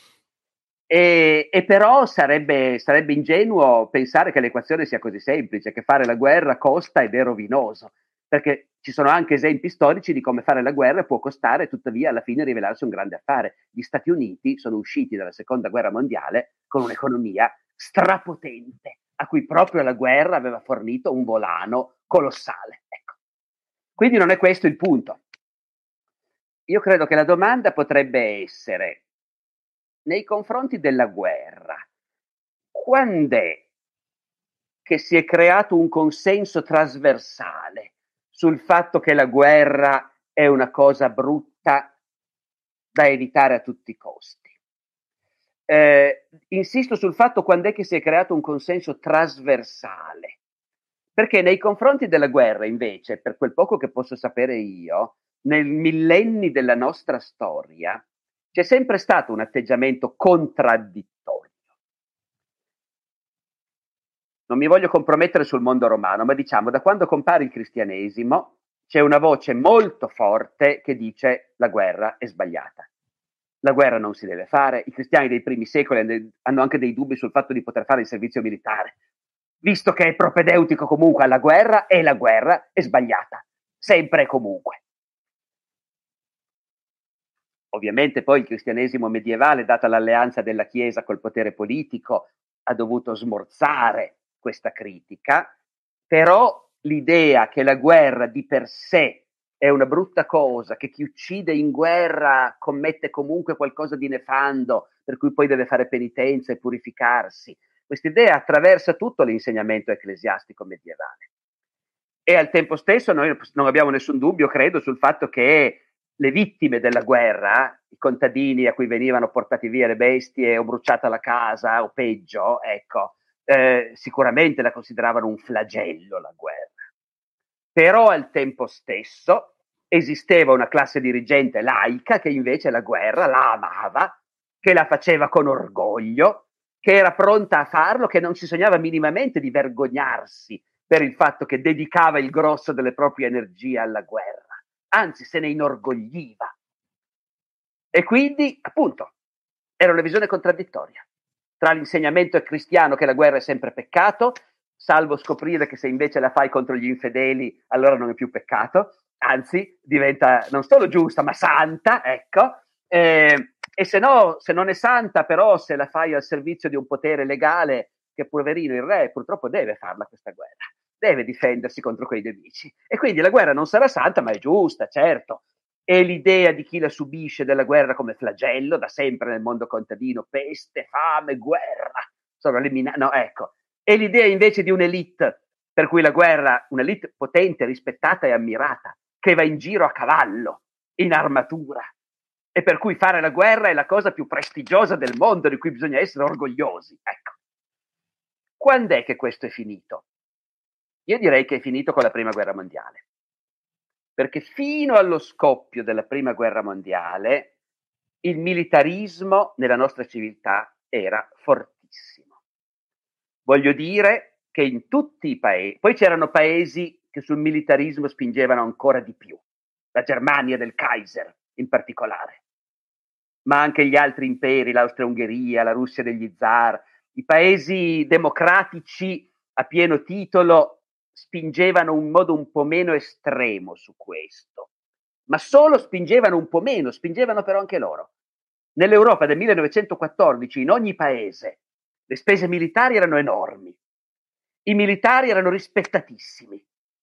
E, e però sarebbe, sarebbe ingenuo pensare che l'equazione sia così semplice, che fare la guerra costa ed è rovinoso, perché ci sono anche esempi storici di come fare la guerra può costare e tuttavia alla fine rivelarsi un grande affare. Gli Stati Uniti sono usciti dalla seconda guerra mondiale con un'economia strapotente, a cui proprio la guerra aveva fornito un volano colossale. Ecco. Quindi non è questo il punto. Io credo che la domanda potrebbe essere: nei confronti della guerra, quand'è che si è creato un consenso trasversale sul fatto che la guerra è una cosa brutta da evitare a tutti i costi? Eh, insisto sul fatto quando è che si è creato un consenso trasversale, perché nei confronti della guerra invece, per quel poco che posso sapere io, nei millenni della nostra storia c'è sempre stato un atteggiamento contraddittorio. Non mi voglio compromettere sul mondo romano, ma diciamo da quando compare il cristianesimo c'è una voce molto forte che dice la guerra è sbagliata. La guerra non si deve fare. I cristiani dei primi secoli hanno anche dei dubbi sul fatto di poter fare il servizio militare, visto che è propedeutico comunque alla guerra e la guerra è sbagliata, sempre e comunque. Ovviamente poi il cristianesimo medievale, data l'alleanza della Chiesa col potere politico, ha dovuto smorzare questa critica, però l'idea che la guerra di per sé è una brutta cosa, che chi uccide in guerra commette comunque qualcosa di nefando, per cui poi deve fare penitenza e purificarsi, questa idea attraversa tutto l'insegnamento ecclesiastico medievale. E al tempo stesso noi non abbiamo nessun dubbio, credo, sul fatto che le vittime della guerra, i contadini a cui venivano portati via le bestie o bruciata la casa o peggio, ecco, eh, sicuramente la consideravano un flagello la guerra. Però al tempo stesso esisteva una classe dirigente laica che invece la guerra la amava, che la faceva con orgoglio, che era pronta a farlo, che non si sognava minimamente di vergognarsi per il fatto che dedicava il grosso delle proprie energie alla guerra, anzi se ne inorgogliva. E quindi, appunto, era una visione contraddittoria tra l'insegnamento cristiano che la guerra è sempre peccato, salvo scoprire che se invece la fai contro gli infedeli allora non è più peccato, anzi diventa non solo giusta ma santa, ecco, eh, e se no, se non è santa però se la fai al servizio di un potere legale, che poverino il re purtroppo deve farla questa guerra, deve difendersi contro quei nemici, e quindi la guerra non sarà santa ma è giusta, certo. E l'idea di chi la subisce della guerra come flagello, da sempre nel mondo contadino, peste, fame, guerra, sono le mina- no, ecco. E l'idea invece di un'elite, per cui la guerra, un'elite potente, rispettata e ammirata, che va in giro a cavallo, in armatura, e per cui fare la guerra è la cosa più prestigiosa del mondo, di cui bisogna essere orgogliosi, ecco. Quando è che questo è finito? Io direi che è finito con la Prima Guerra Mondiale. Perché fino allo scoppio della Prima Guerra Mondiale il militarismo nella nostra civiltà era fortissimo. Voglio dire che in tutti i paesi, poi c'erano paesi che sul militarismo spingevano ancora di più, la Germania del Kaiser in particolare, ma anche gli altri imperi, l'Austria-Ungheria, la Russia degli zar, i paesi democratici a pieno titolo spingevano in modo un po' meno estremo su questo, ma solo spingevano un po' meno, spingevano però anche loro. Nell'Europa del millenovecentoquattordici in ogni paese le spese militari erano enormi, i militari erano rispettatissimi,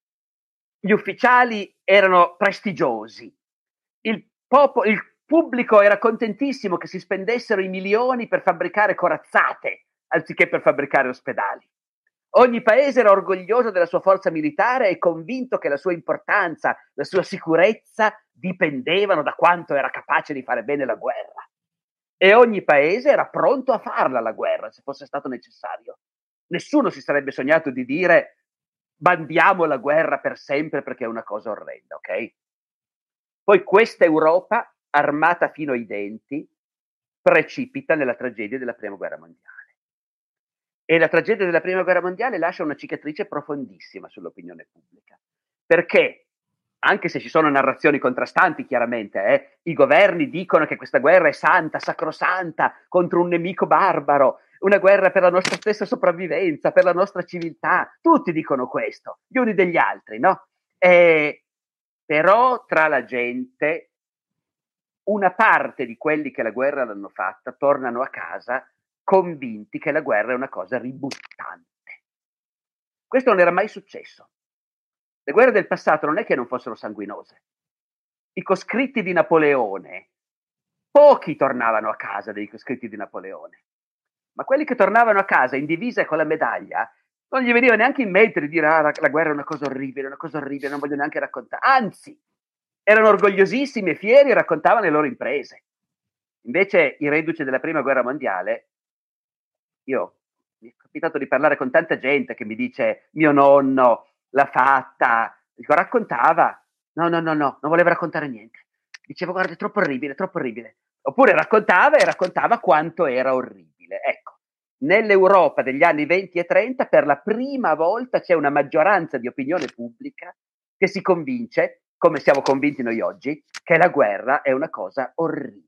gli ufficiali erano prestigiosi, il, popo- il pubblico era contentissimo che si spendessero i milioni per fabbricare corazzate anziché per fabbricare ospedali. Ogni paese era orgoglioso della sua forza militare e convinto che la sua importanza, la sua sicurezza dipendevano da quanto era capace di fare bene la guerra. E ogni paese era pronto a farla la guerra, se fosse stato necessario. Nessuno si sarebbe sognato di dire bandiamo la guerra per sempre perché è una cosa orrenda, ok? Poi questa Europa, armata fino ai denti, precipita nella tragedia della Prima Guerra Mondiale. E la tragedia della Prima Guerra Mondiale lascia una cicatrice profondissima sull'opinione pubblica. Perché, anche se ci sono narrazioni contrastanti, chiaramente, eh, i governi dicono che questa guerra è santa, sacrosanta, contro un nemico barbaro, una guerra per la nostra stessa sopravvivenza, per la nostra civiltà. Tutti dicono questo, gli uni degli altri, no? E, però tra la gente, una parte di quelli che la guerra l'hanno fatta tornano a casa convinti che la guerra è una cosa ributtante. Questo non era mai successo. Le guerre del passato non è che non fossero sanguinose. I coscritti di Napoleone, pochi tornavano a casa dei coscritti di Napoleone, ma quelli che tornavano a casa in divisa e con la medaglia non gli veniva neanche in mente di dire ah, la, la guerra è una cosa orribile, una cosa orribile, non voglio neanche raccontare. Anzi, erano orgogliosissimi e fieri e raccontavano le loro imprese. Invece i reduci della Prima Guerra Mondiale, io mi è capitato di parlare con tanta gente che mi dice mio nonno l'ha fatta, dico raccontava, no no no no, non voleva raccontare niente, diceva guarda è troppo orribile, troppo orribile, oppure raccontava e raccontava quanto era orribile. Ecco, nell'Europa degli anni venti e trenta per la prima volta c'è una maggioranza di opinione pubblica che si convince, come siamo convinti noi oggi, che la guerra è una cosa orribile.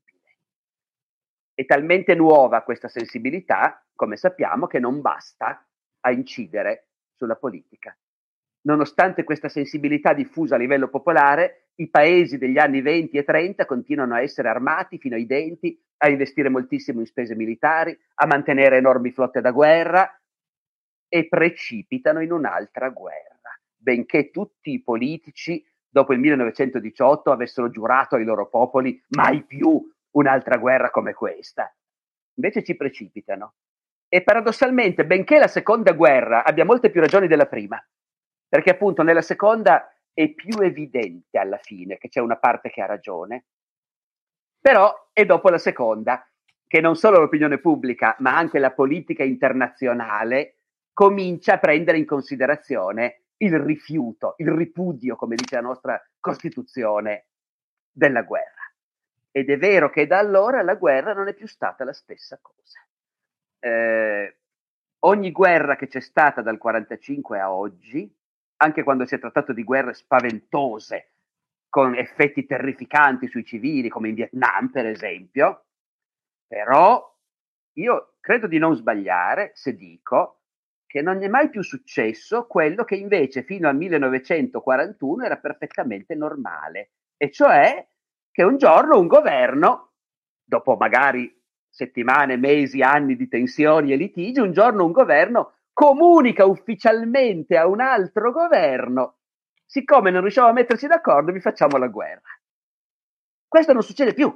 È talmente nuova questa sensibilità, come sappiamo, che non basta a incidere sulla politica. Nonostante questa sensibilità diffusa a livello popolare, i paesi degli anni venti e trenta continuano a essere armati fino ai denti, a investire moltissimo in spese militari, a mantenere enormi flotte da guerra, e precipitano in un'altra guerra, benché tutti i politici dopo il millenovecentodiciotto avessero giurato ai loro popoli mai più un'altra guerra come questa. Invece ci precipitano. E paradossalmente, benché la seconda guerra abbia molte più ragioni della prima, perché appunto nella seconda è più evidente alla fine che c'è una parte che ha ragione, però è dopo la seconda che non solo l'opinione pubblica, ma anche la politica internazionale comincia a prendere in considerazione il rifiuto, il ripudio, come dice la nostra Costituzione, della guerra. Ed è vero che da allora la guerra non è più stata la stessa cosa. Eh, ogni guerra che c'è stata dal quarantacinque a oggi, anche quando si è trattato di guerre spaventose, con effetti terrificanti sui civili, come in Vietnam per esempio, però io credo di non sbagliare se dico che non è mai più successo quello che invece fino al millenovecentoquarantuno era perfettamente normale, e cioè che un giorno un governo, dopo magari settimane, mesi, anni di tensioni e litigi, un giorno un governo comunica ufficialmente a un altro governo: siccome non riusciamo a metterci d'accordo, vi facciamo la guerra. Questo non succede più.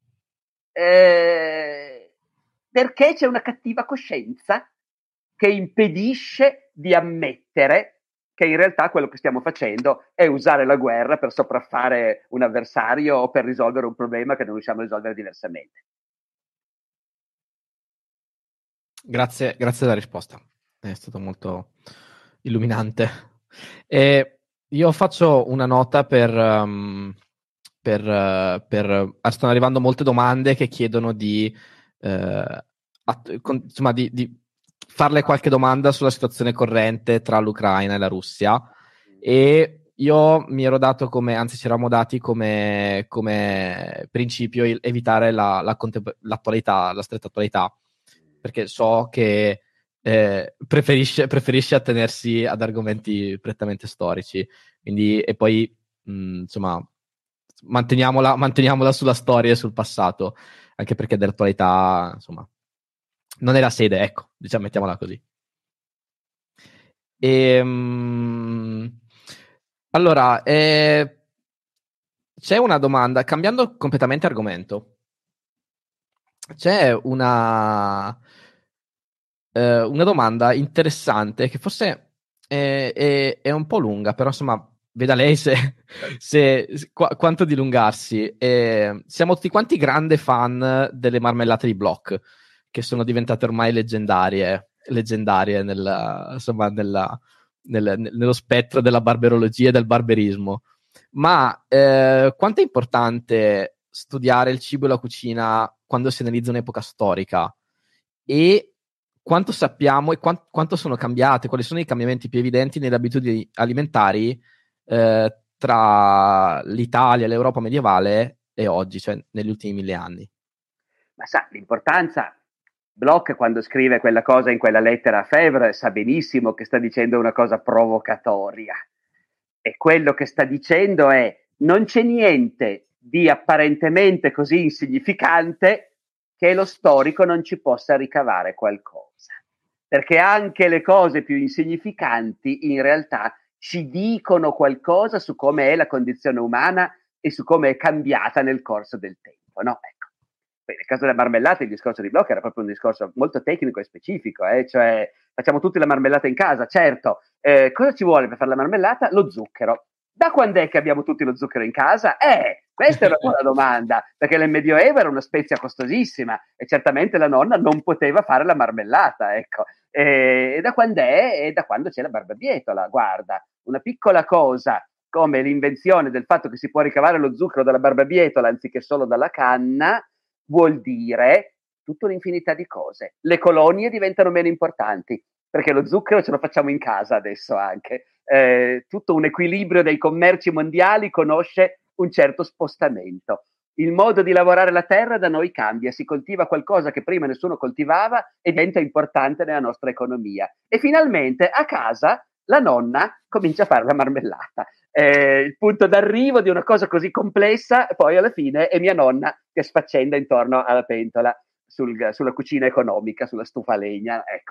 Eh, perché c'è una cattiva coscienza che impedisce di ammettere che in realtà quello che stiamo facendo è usare la guerra per sopraffare un avversario o per risolvere un problema che non riusciamo a risolvere diversamente. Grazie, grazie della risposta, è stato molto illuminante. E io faccio una nota per, um, per, uh, per stanno arrivando molte domande che chiedono di, uh, att- con, insomma, di, di farle qualche domanda sulla situazione corrente tra l'Ucraina e la Russia, e io mi ero dato come, anzi ci eravamo dati come, come principio il, evitare la, la contep- l'attualità, la stretta attualità, perché so che eh, preferisce, preferisce attenersi ad argomenti prettamente storici, quindi, e poi mh, insomma manteniamola, manteniamola sulla storia e sul passato, anche perché dell'attualità insomma non è la sede, ecco, diciamo, mettiamola così. E, mh, allora, eh, c'è una domanda, cambiando completamente argomento. C'è una, eh, una domanda interessante che forse è, è- è un po' lunga, però insomma, veda lei se, se- qu- quanto dilungarsi. Eh, siamo tutti quanti grandi fan delle marmellate di Bloch, che sono diventate ormai leggendarie, leggendarie nella- insomma, nella- nel- nello spettro della barberologia e del barberismo. Ma eh, quanto è importante studiare il cibo e la cucina quando si analizza un'epoca storica, e quanto sappiamo e quant- quanto sono cambiate, quali sono i cambiamenti più evidenti nelle abitudini alimentari eh, tra l'Italia e l'Europa medievale e oggi, cioè negli ultimi mille anni? Ma sa, l'importanza, Bloch quando scrive quella cosa in quella lettera a Febvre sa benissimo che sta dicendo una cosa provocatoria, e quello che sta dicendo è: non c'è niente di apparentemente così insignificante che lo storico non ci possa ricavare qualcosa, perché anche le cose più insignificanti in realtà ci dicono qualcosa su come è la condizione umana e su come è cambiata nel corso del tempo, no? Ecco. Nel caso della marmellata il discorso di Bloch era proprio un discorso molto tecnico e specifico, eh? Cioè facciamo tutti la marmellata in casa, certo. Eh, cosa ci vuole per fare la marmellata? Lo zucchero. Da quando è che abbiamo tutti lo zucchero in casa? Eh, questa è una buona domanda, perché nel Medioevo era una spezia costosissima e certamente la nonna non poteva fare la marmellata, ecco. E, e da quando è? E da quando c'è la barbabietola, guarda, una piccola cosa come l'invenzione del fatto che si può ricavare lo zucchero dalla barbabietola anziché solo dalla canna, vuol dire tutta un'infinità di cose. Le colonie diventano meno importanti, perché lo zucchero ce lo facciamo in casa adesso anche. Eh, tutto un equilibrio dei commerci mondiali conosce un certo spostamento. Il modo di lavorare la terra da noi cambia, si coltiva qualcosa che prima nessuno coltivava e diventa importante nella nostra economia. E finalmente a casa la nonna comincia a fare la marmellata. Eh, il punto d'arrivo di una cosa così complessa, poi alla fine è mia nonna che sfaccenda intorno alla pentola sul, sulla cucina economica, sulla stufa a legna. Ecco.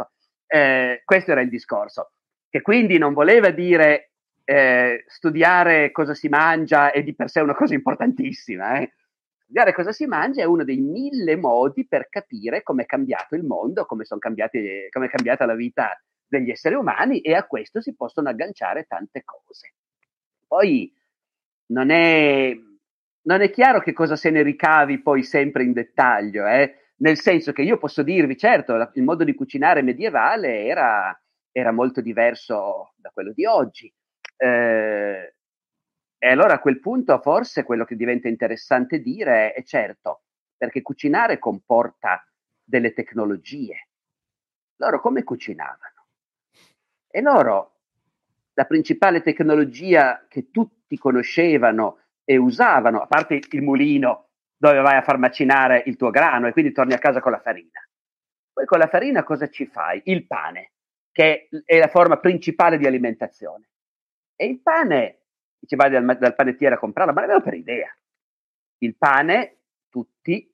Eh, questo era il discorso, che quindi non voleva dire eh, studiare cosa si mangia è di per sé una cosa importantissima. Eh. Studiare cosa si mangia è uno dei mille modi per capire come è cambiato il mondo, come sono cambiati, come è cambiata la vita degli esseri umani, e a questo si possono agganciare tante cose. Poi non è, non è chiaro che cosa se ne ricavi poi sempre in dettaglio, eh? Nel senso che io posso dirvi, certo, il modo di cucinare medievale era, era molto diverso da quello di oggi. Eh, e allora a quel punto forse quello che diventa interessante dire è, è certo, perché cucinare comporta delle tecnologie. Loro come cucinavano? E loro, la principale tecnologia che tutti conoscevano e usavano, a parte il mulino dove vai a far macinare il tuo grano e quindi torni a casa con la farina. Poi con la farina cosa ci fai? Il pane, che è la forma principale di alimentazione. E il pane, ci vai dal, dal panettiere a comprarlo, ma nemmeno per idea. Il pane, tutti,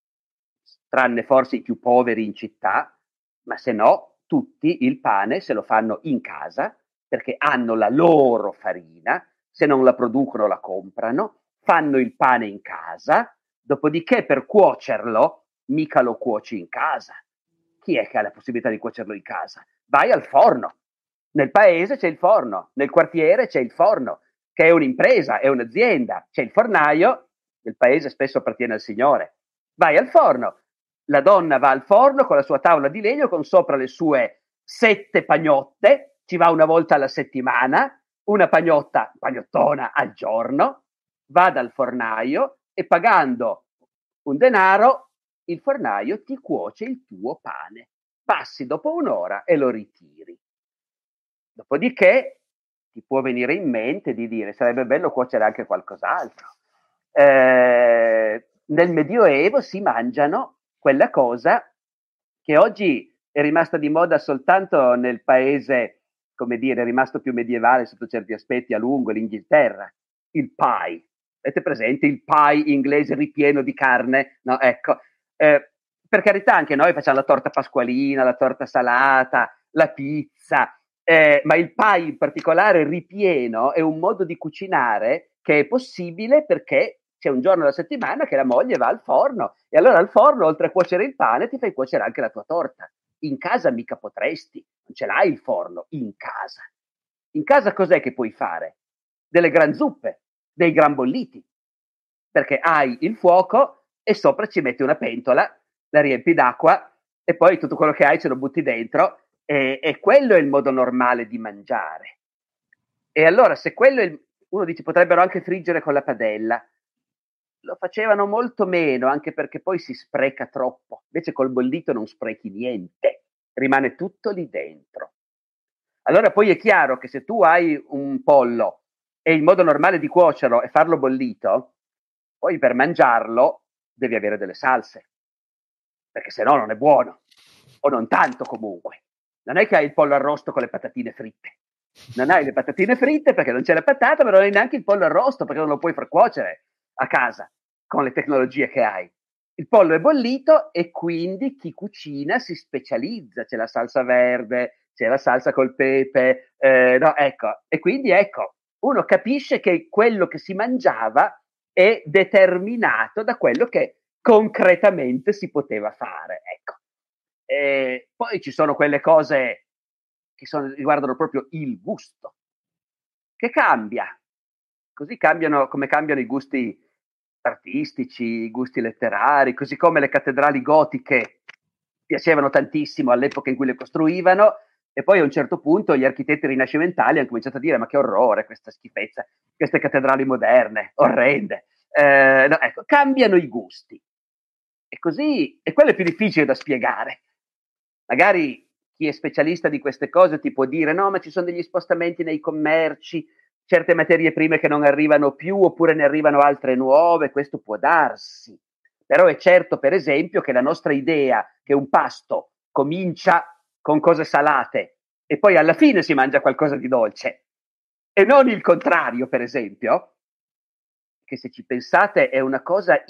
tranne forse i più poveri in città, ma se no, tutti il pane se lo fanno in casa, perché hanno la loro farina, se non la producono la comprano, fanno il pane in casa, dopodiché per cuocerlo mica lo cuoci in casa. Chi è che ha la possibilità di cuocerlo in casa? Vai al forno. Nel paese c'è il forno, nel quartiere c'è il forno, che è un'impresa, è un'azienda, c'è il fornaio, nel paese spesso appartiene al signore. Vai al forno, la donna va al forno con la sua tavola di legno, con sopra le sue sette pagnotte, ci va una volta alla settimana, una pagnotta, pagnottona al giorno, va dal fornaio e pagando un denaro il fornaio ti cuoce il tuo pane. Passi dopo un'ora e lo ritiri. Dopodiché ti può venire in mente di dire sarebbe bello cuocere anche qualcos'altro. Eh, nel Medioevo si mangiano quella cosa che oggi è rimasta di moda soltanto nel paese, come dire, rimasto più medievale sotto certi aspetti a lungo, l'Inghilterra, il pie. Avete presente il pie inglese ripieno di carne? No, ecco. Eh, per carità, anche noi facciamo la torta pasqualina, la torta salata, la pizza, eh, ma il pie in particolare ripieno è un modo di cucinare che è possibile perché c'è un giorno alla settimana che la moglie va al forno e allora al forno, oltre a cuocere il pane, ti fai cuocere anche la tua torta. In casa mica potresti, non ce l'hai il forno, in casa. In casa cos'è che puoi fare? Delle gran zuppe, dei gran bolliti, perché hai il fuoco e sopra ci metti una pentola, la riempi d'acqua e poi tutto quello che hai ce lo butti dentro e, e quello è il modo normale di mangiare. E allora se quello è il, uno dice potrebbero anche friggere con la padella, lo facevano molto meno, anche perché poi si spreca troppo. Invece col bollito non sprechi niente, rimane tutto lì dentro. Allora poi è chiaro che se tu hai un pollo e il modo normale di cuocerlo è farlo bollito, poi per mangiarlo devi avere delle salse, perché se no non è buono, o non tanto comunque. Non è che hai il pollo arrosto con le patatine fritte. Non hai le patatine fritte perché non c'è la patata, ma non hai neanche il pollo arrosto perché non lo puoi far cuocere a casa con le tecnologie che hai. Il pollo è bollito e quindi chi cucina si specializza, c'è la salsa verde, c'è la salsa col pepe, eh, no, ecco, e quindi ecco, uno capisce che quello che si mangiava è determinato da quello che concretamente si poteva fare, ecco. E poi ci sono quelle cose che sono, riguardano proprio il gusto, che cambia, così cambiano come cambiano i gusti artistici, i gusti letterari, così come le cattedrali gotiche piacevano tantissimo all'epoca in cui le costruivano e poi a un certo punto gli architetti rinascimentali hanno cominciato a dire ma che orrore questa schifezza, queste cattedrali moderne, orrende. Eh, no, ecco, cambiano i gusti e così, e quello è più difficile da spiegare. Magari chi è specialista di queste cose ti può dire no, ma ci sono degli spostamenti nei commerci, certe materie prime che non arrivano più oppure ne arrivano altre nuove, questo può darsi. Però è certo, per esempio, che la nostra idea che un pasto comincia con cose salate e poi alla fine si mangia qualcosa di dolce e non il contrario, per esempio, che se ci pensate è una cosa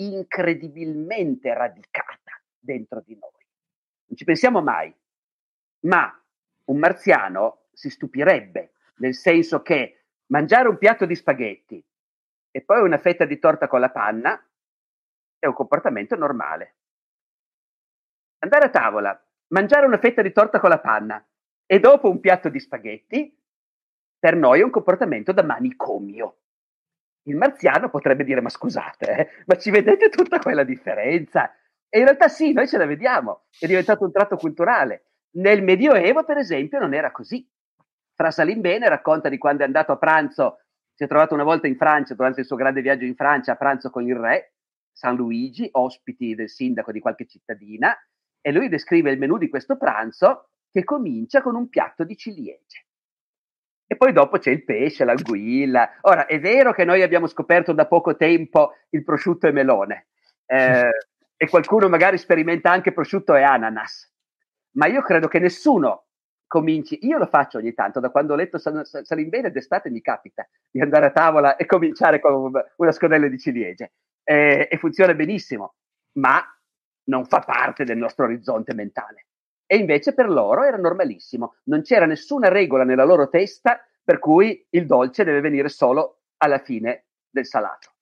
incredibilmente radicata dentro di noi. Non ci pensiamo mai, ma un marziano si stupirebbe, nel senso che mangiare un piatto di spaghetti e poi una fetta di torta con la panna è un comportamento normale. Andare a tavola, mangiare una fetta di torta con la panna e dopo un piatto di spaghetti, per noi è un comportamento da manicomio. Il marziano potrebbe dire: ma scusate, eh, ma ci vedete tutta quella differenza? E in realtà sì, noi ce la vediamo, è diventato un tratto culturale. Nel Medioevo, per esempio, non era così. Fra Salimbene racconta di quando è andato a pranzo, si è trovato una volta in Francia, durante il suo grande viaggio in Francia, a pranzo con il re, San Luigi, ospiti del sindaco di qualche cittadina, e lui descrive il menù di questo pranzo che comincia con un piatto di ciliegie. E poi dopo c'è il pesce, l'anguilla. Ora, è vero che noi abbiamo scoperto da poco tempo il prosciutto e melone, eh, e qualcuno magari sperimenta anche prosciutto e ananas, ma io credo che nessuno cominci, io lo faccio ogni tanto, da quando ho letto Salimbene d'estate mi capita di andare a tavola e cominciare con una scodella di ciliegie, eh, e funziona benissimo, ma non fa parte del nostro orizzonte mentale. E invece per loro era normalissimo, non c'era nessuna regola nella loro testa per cui il dolce deve venire solo alla fine del salato.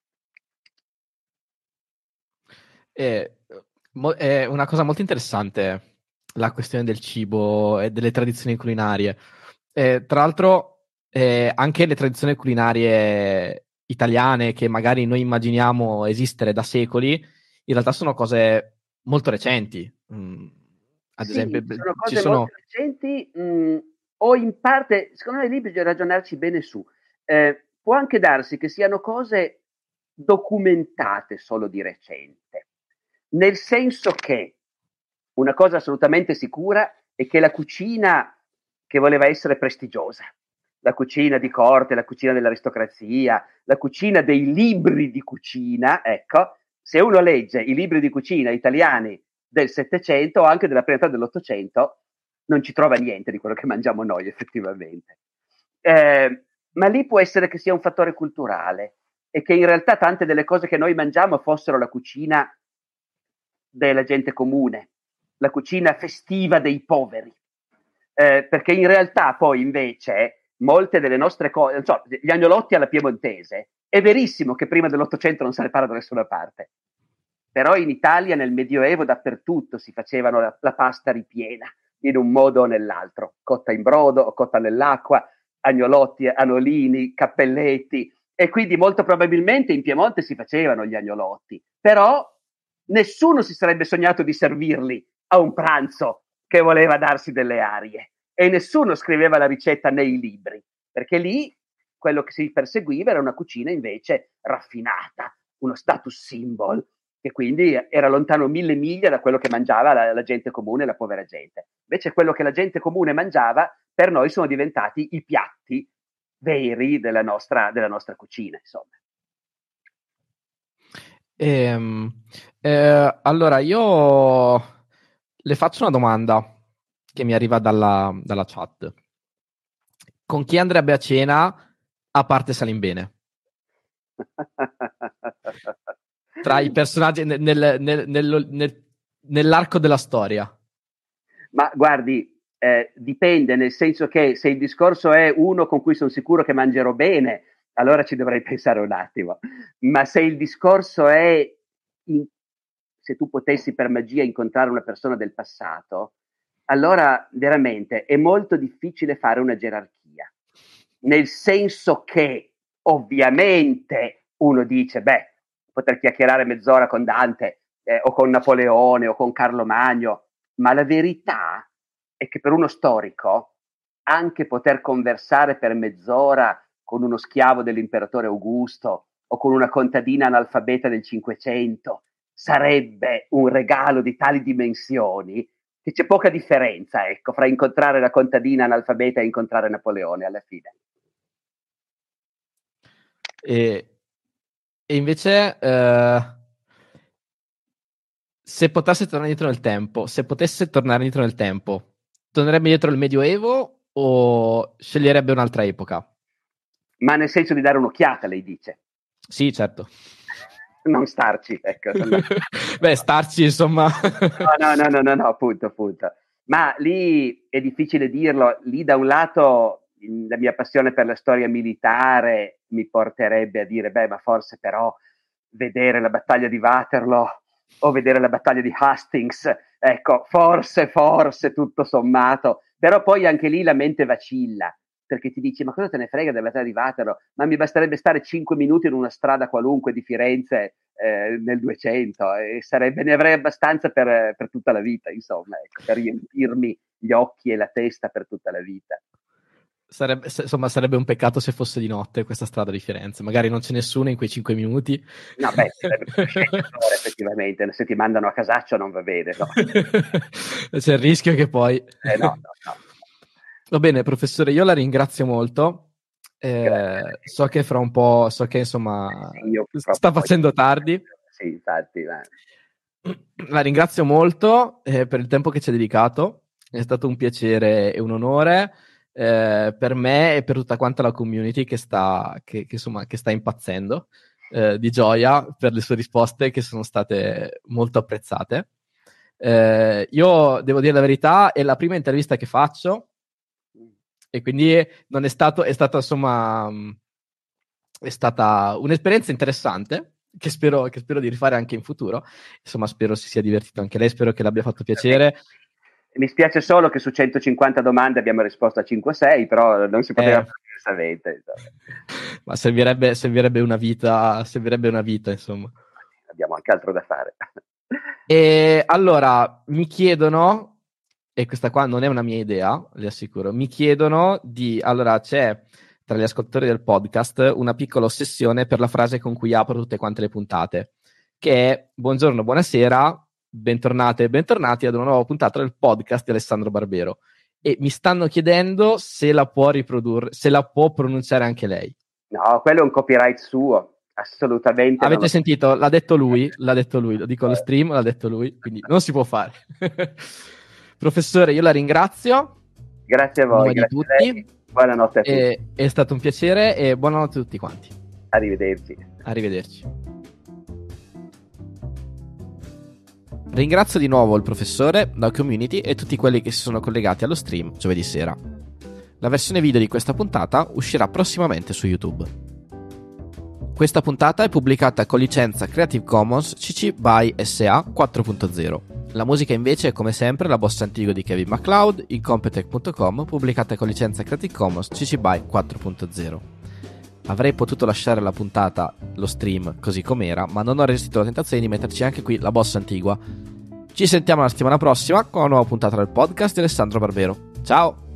È, è una cosa molto interessante la questione del cibo e delle tradizioni culinarie. Eh, tra l'altro, eh, anche le tradizioni culinarie italiane che magari noi immaginiamo esistere da secoli, in realtà sono cose molto recenti. Mm, ad sì, esempio, sono cose ci sono... molto recenti, mh, o in parte, secondo me lì bisogna ragionarci bene su. Eh, può anche darsi che siano cose documentate solo di recente, nel senso che una cosa assolutamente sicura è che la cucina che voleva essere prestigiosa, la cucina di corte, la cucina dell'aristocrazia, la cucina dei libri di cucina, ecco, se uno legge i libri di cucina italiani del Settecento o anche della prima metà dell'Ottocento, non ci trova niente di quello che mangiamo noi effettivamente. Eh, ma lì può essere che sia un fattore culturale e che in realtà tante delle cose che noi mangiamo fossero la cucina della gente comune, la cucina festiva dei poveri, eh, perché in realtà poi invece molte delle nostre cose, non so, gli agnolotti alla piemontese, è verissimo che prima dell'Ottocento non se ne parla da nessuna parte, però in Italia nel Medioevo dappertutto si facevano la, la pasta ripiena in un modo o nell'altro, cotta in brodo o cotta nell'acqua, agnolotti, anolini, cappelletti, e quindi molto probabilmente in Piemonte si facevano gli agnolotti, però nessuno si sarebbe sognato di servirli a un pranzo che voleva darsi delle arie, e nessuno scriveva la ricetta nei libri, perché lì quello che si perseguiva era una cucina invece raffinata, uno status symbol, che quindi era lontano mille miglia da quello che mangiava la, la gente comune, la povera gente. Invece quello che la gente comune mangiava per noi sono diventati i piatti veri della nostra, della nostra cucina, insomma. Ehm, eh, allora, io le faccio una domanda che mi arriva dalla, dalla chat. Con chi andrebbe a cena a parte Salimbene? Tra i personaggi nel, nel, nel, nel, nell'arco della storia. Ma guardi, eh, dipende, nel senso che se il discorso è uno con cui sono sicuro che mangerò bene, allora ci dovrei pensare un attimo. Ma se il discorso è in, se tu potessi per magia incontrare una persona del passato, allora veramente è molto difficile fare una gerarchia. Nel senso che ovviamente uno dice, beh, poter chiacchierare mezz'ora con Dante, eh, o con Napoleone o con Carlo Magno, ma la verità è che per uno storico anche poter conversare per mezz'ora con uno schiavo dell'imperatore Augusto o con una contadina analfabeta del Cinquecento sarebbe un regalo di tali dimensioni che c'è poca differenza, ecco, fra incontrare la contadina analfabeta e incontrare Napoleone alla fine. E, e invece eh, se potesse tornare indietro nel tempo, se potesse tornare indietro nel tempo, tornerebbe indietro al Medioevo o sceglierebbe un'altra epoca? Ma nel senso di dare un'occhiata, lei dice? Sì, certo. Non starci, ecco. No. Beh, starci, insomma. no, no, no, no, no, no, appunto, appunto. Ma lì è difficile dirlo, lì da un lato la mia passione per la storia militare mi porterebbe a dire, beh, ma forse però vedere la battaglia di Waterloo o vedere la battaglia di Hastings, ecco, forse, forse tutto sommato, però poi anche lì la mente vacilla, perché ti dici, ma cosa te ne frega della battaglia di Waterloo? Ma mi basterebbe stare cinque minuti in una strada qualunque di Firenze eh, nel duecento e sarebbe, ne avrei abbastanza per, per tutta la vita, insomma, ecco, per riempirmi gli occhi e la testa per tutta la vita. Sarebbe, insomma, sarebbe un peccato se fosse di notte questa strada di Firenze. Magari non c'è nessuno in quei cinque minuti. No, beh, sarebbe effettivamente. Se ti mandano a casaccio non va bene, no? C'è il rischio che poi... Eh, no, no, no. Va bene, professore, io la ringrazio molto. Eh, so che fra un po', so che insomma sì, sta facendo tardi. Sì, infatti. Ma... La ringrazio molto eh, per il tempo che ci ha dedicato. È stato un piacere e un onore. Eh, per me e per tutta quanta la community che sta, che, che, insomma, che sta impazzendo eh, di gioia per le sue risposte che sono state molto apprezzate. Eh, io devo dire la verità, è la prima intervista che faccio e quindi non è stato, è stata insomma è stata un'esperienza interessante che spero, che spero di rifare anche in futuro. Insomma, spero si sia divertito anche lei, spero che l'abbia fatto piacere. Mi spiace solo che su centocinquanta domande abbiamo risposto a cinque o sei, però non si poteva eh, fare diversamente. Ma servirebbe, servirebbe una vita, servirebbe una vita, insomma. Abbiamo anche altro da fare. E allora, mi chiedono, e questa qua non è una mia idea, le assicuro, mi chiedono di, allora c'è tra gli ascoltatori del podcast una piccola ossessione per la frase con cui apro tutte quante le puntate, che è buongiorno, buonasera, bentornate e bentornati ad una nuova puntata del podcast di Alessandro Barbero, e mi stanno chiedendo se la può riprodurre, se la può pronunciare anche lei. No, quello è un copyright suo, assolutamente. Avete non... sentito? L'ha detto lui, l'ha detto lui, lo dico allo stream, l'ha detto lui, quindi non si può fare. Professore, io la ringrazio. Grazie a voi, grazie di tutti. A lei. Buonanotte a tutti. E, è stato un piacere e buonanotte a tutti quanti. Arrivederci. Arrivederci. Ringrazio di nuovo il professore, la community e tutti quelli che si sono collegati allo stream giovedì sera. La versione video di questa puntata uscirà prossimamente su YouTube. Questa puntata è pubblicata con licenza Creative Commons C C by S A quattro punto zero. La musica invece è come sempre la Bossa Antigo di Kevin MacLeod in Competech punto com, pubblicata con licenza Creative Commons C C by quattro punto zero. Avrei potuto lasciare la puntata, lo stream, così com'era, ma non ho resistito alla tentazione di metterci anche qui la Bossa Antigua. Ci sentiamo la settimana prossima con una nuova puntata del podcast di Alessandro Barbero. Ciao!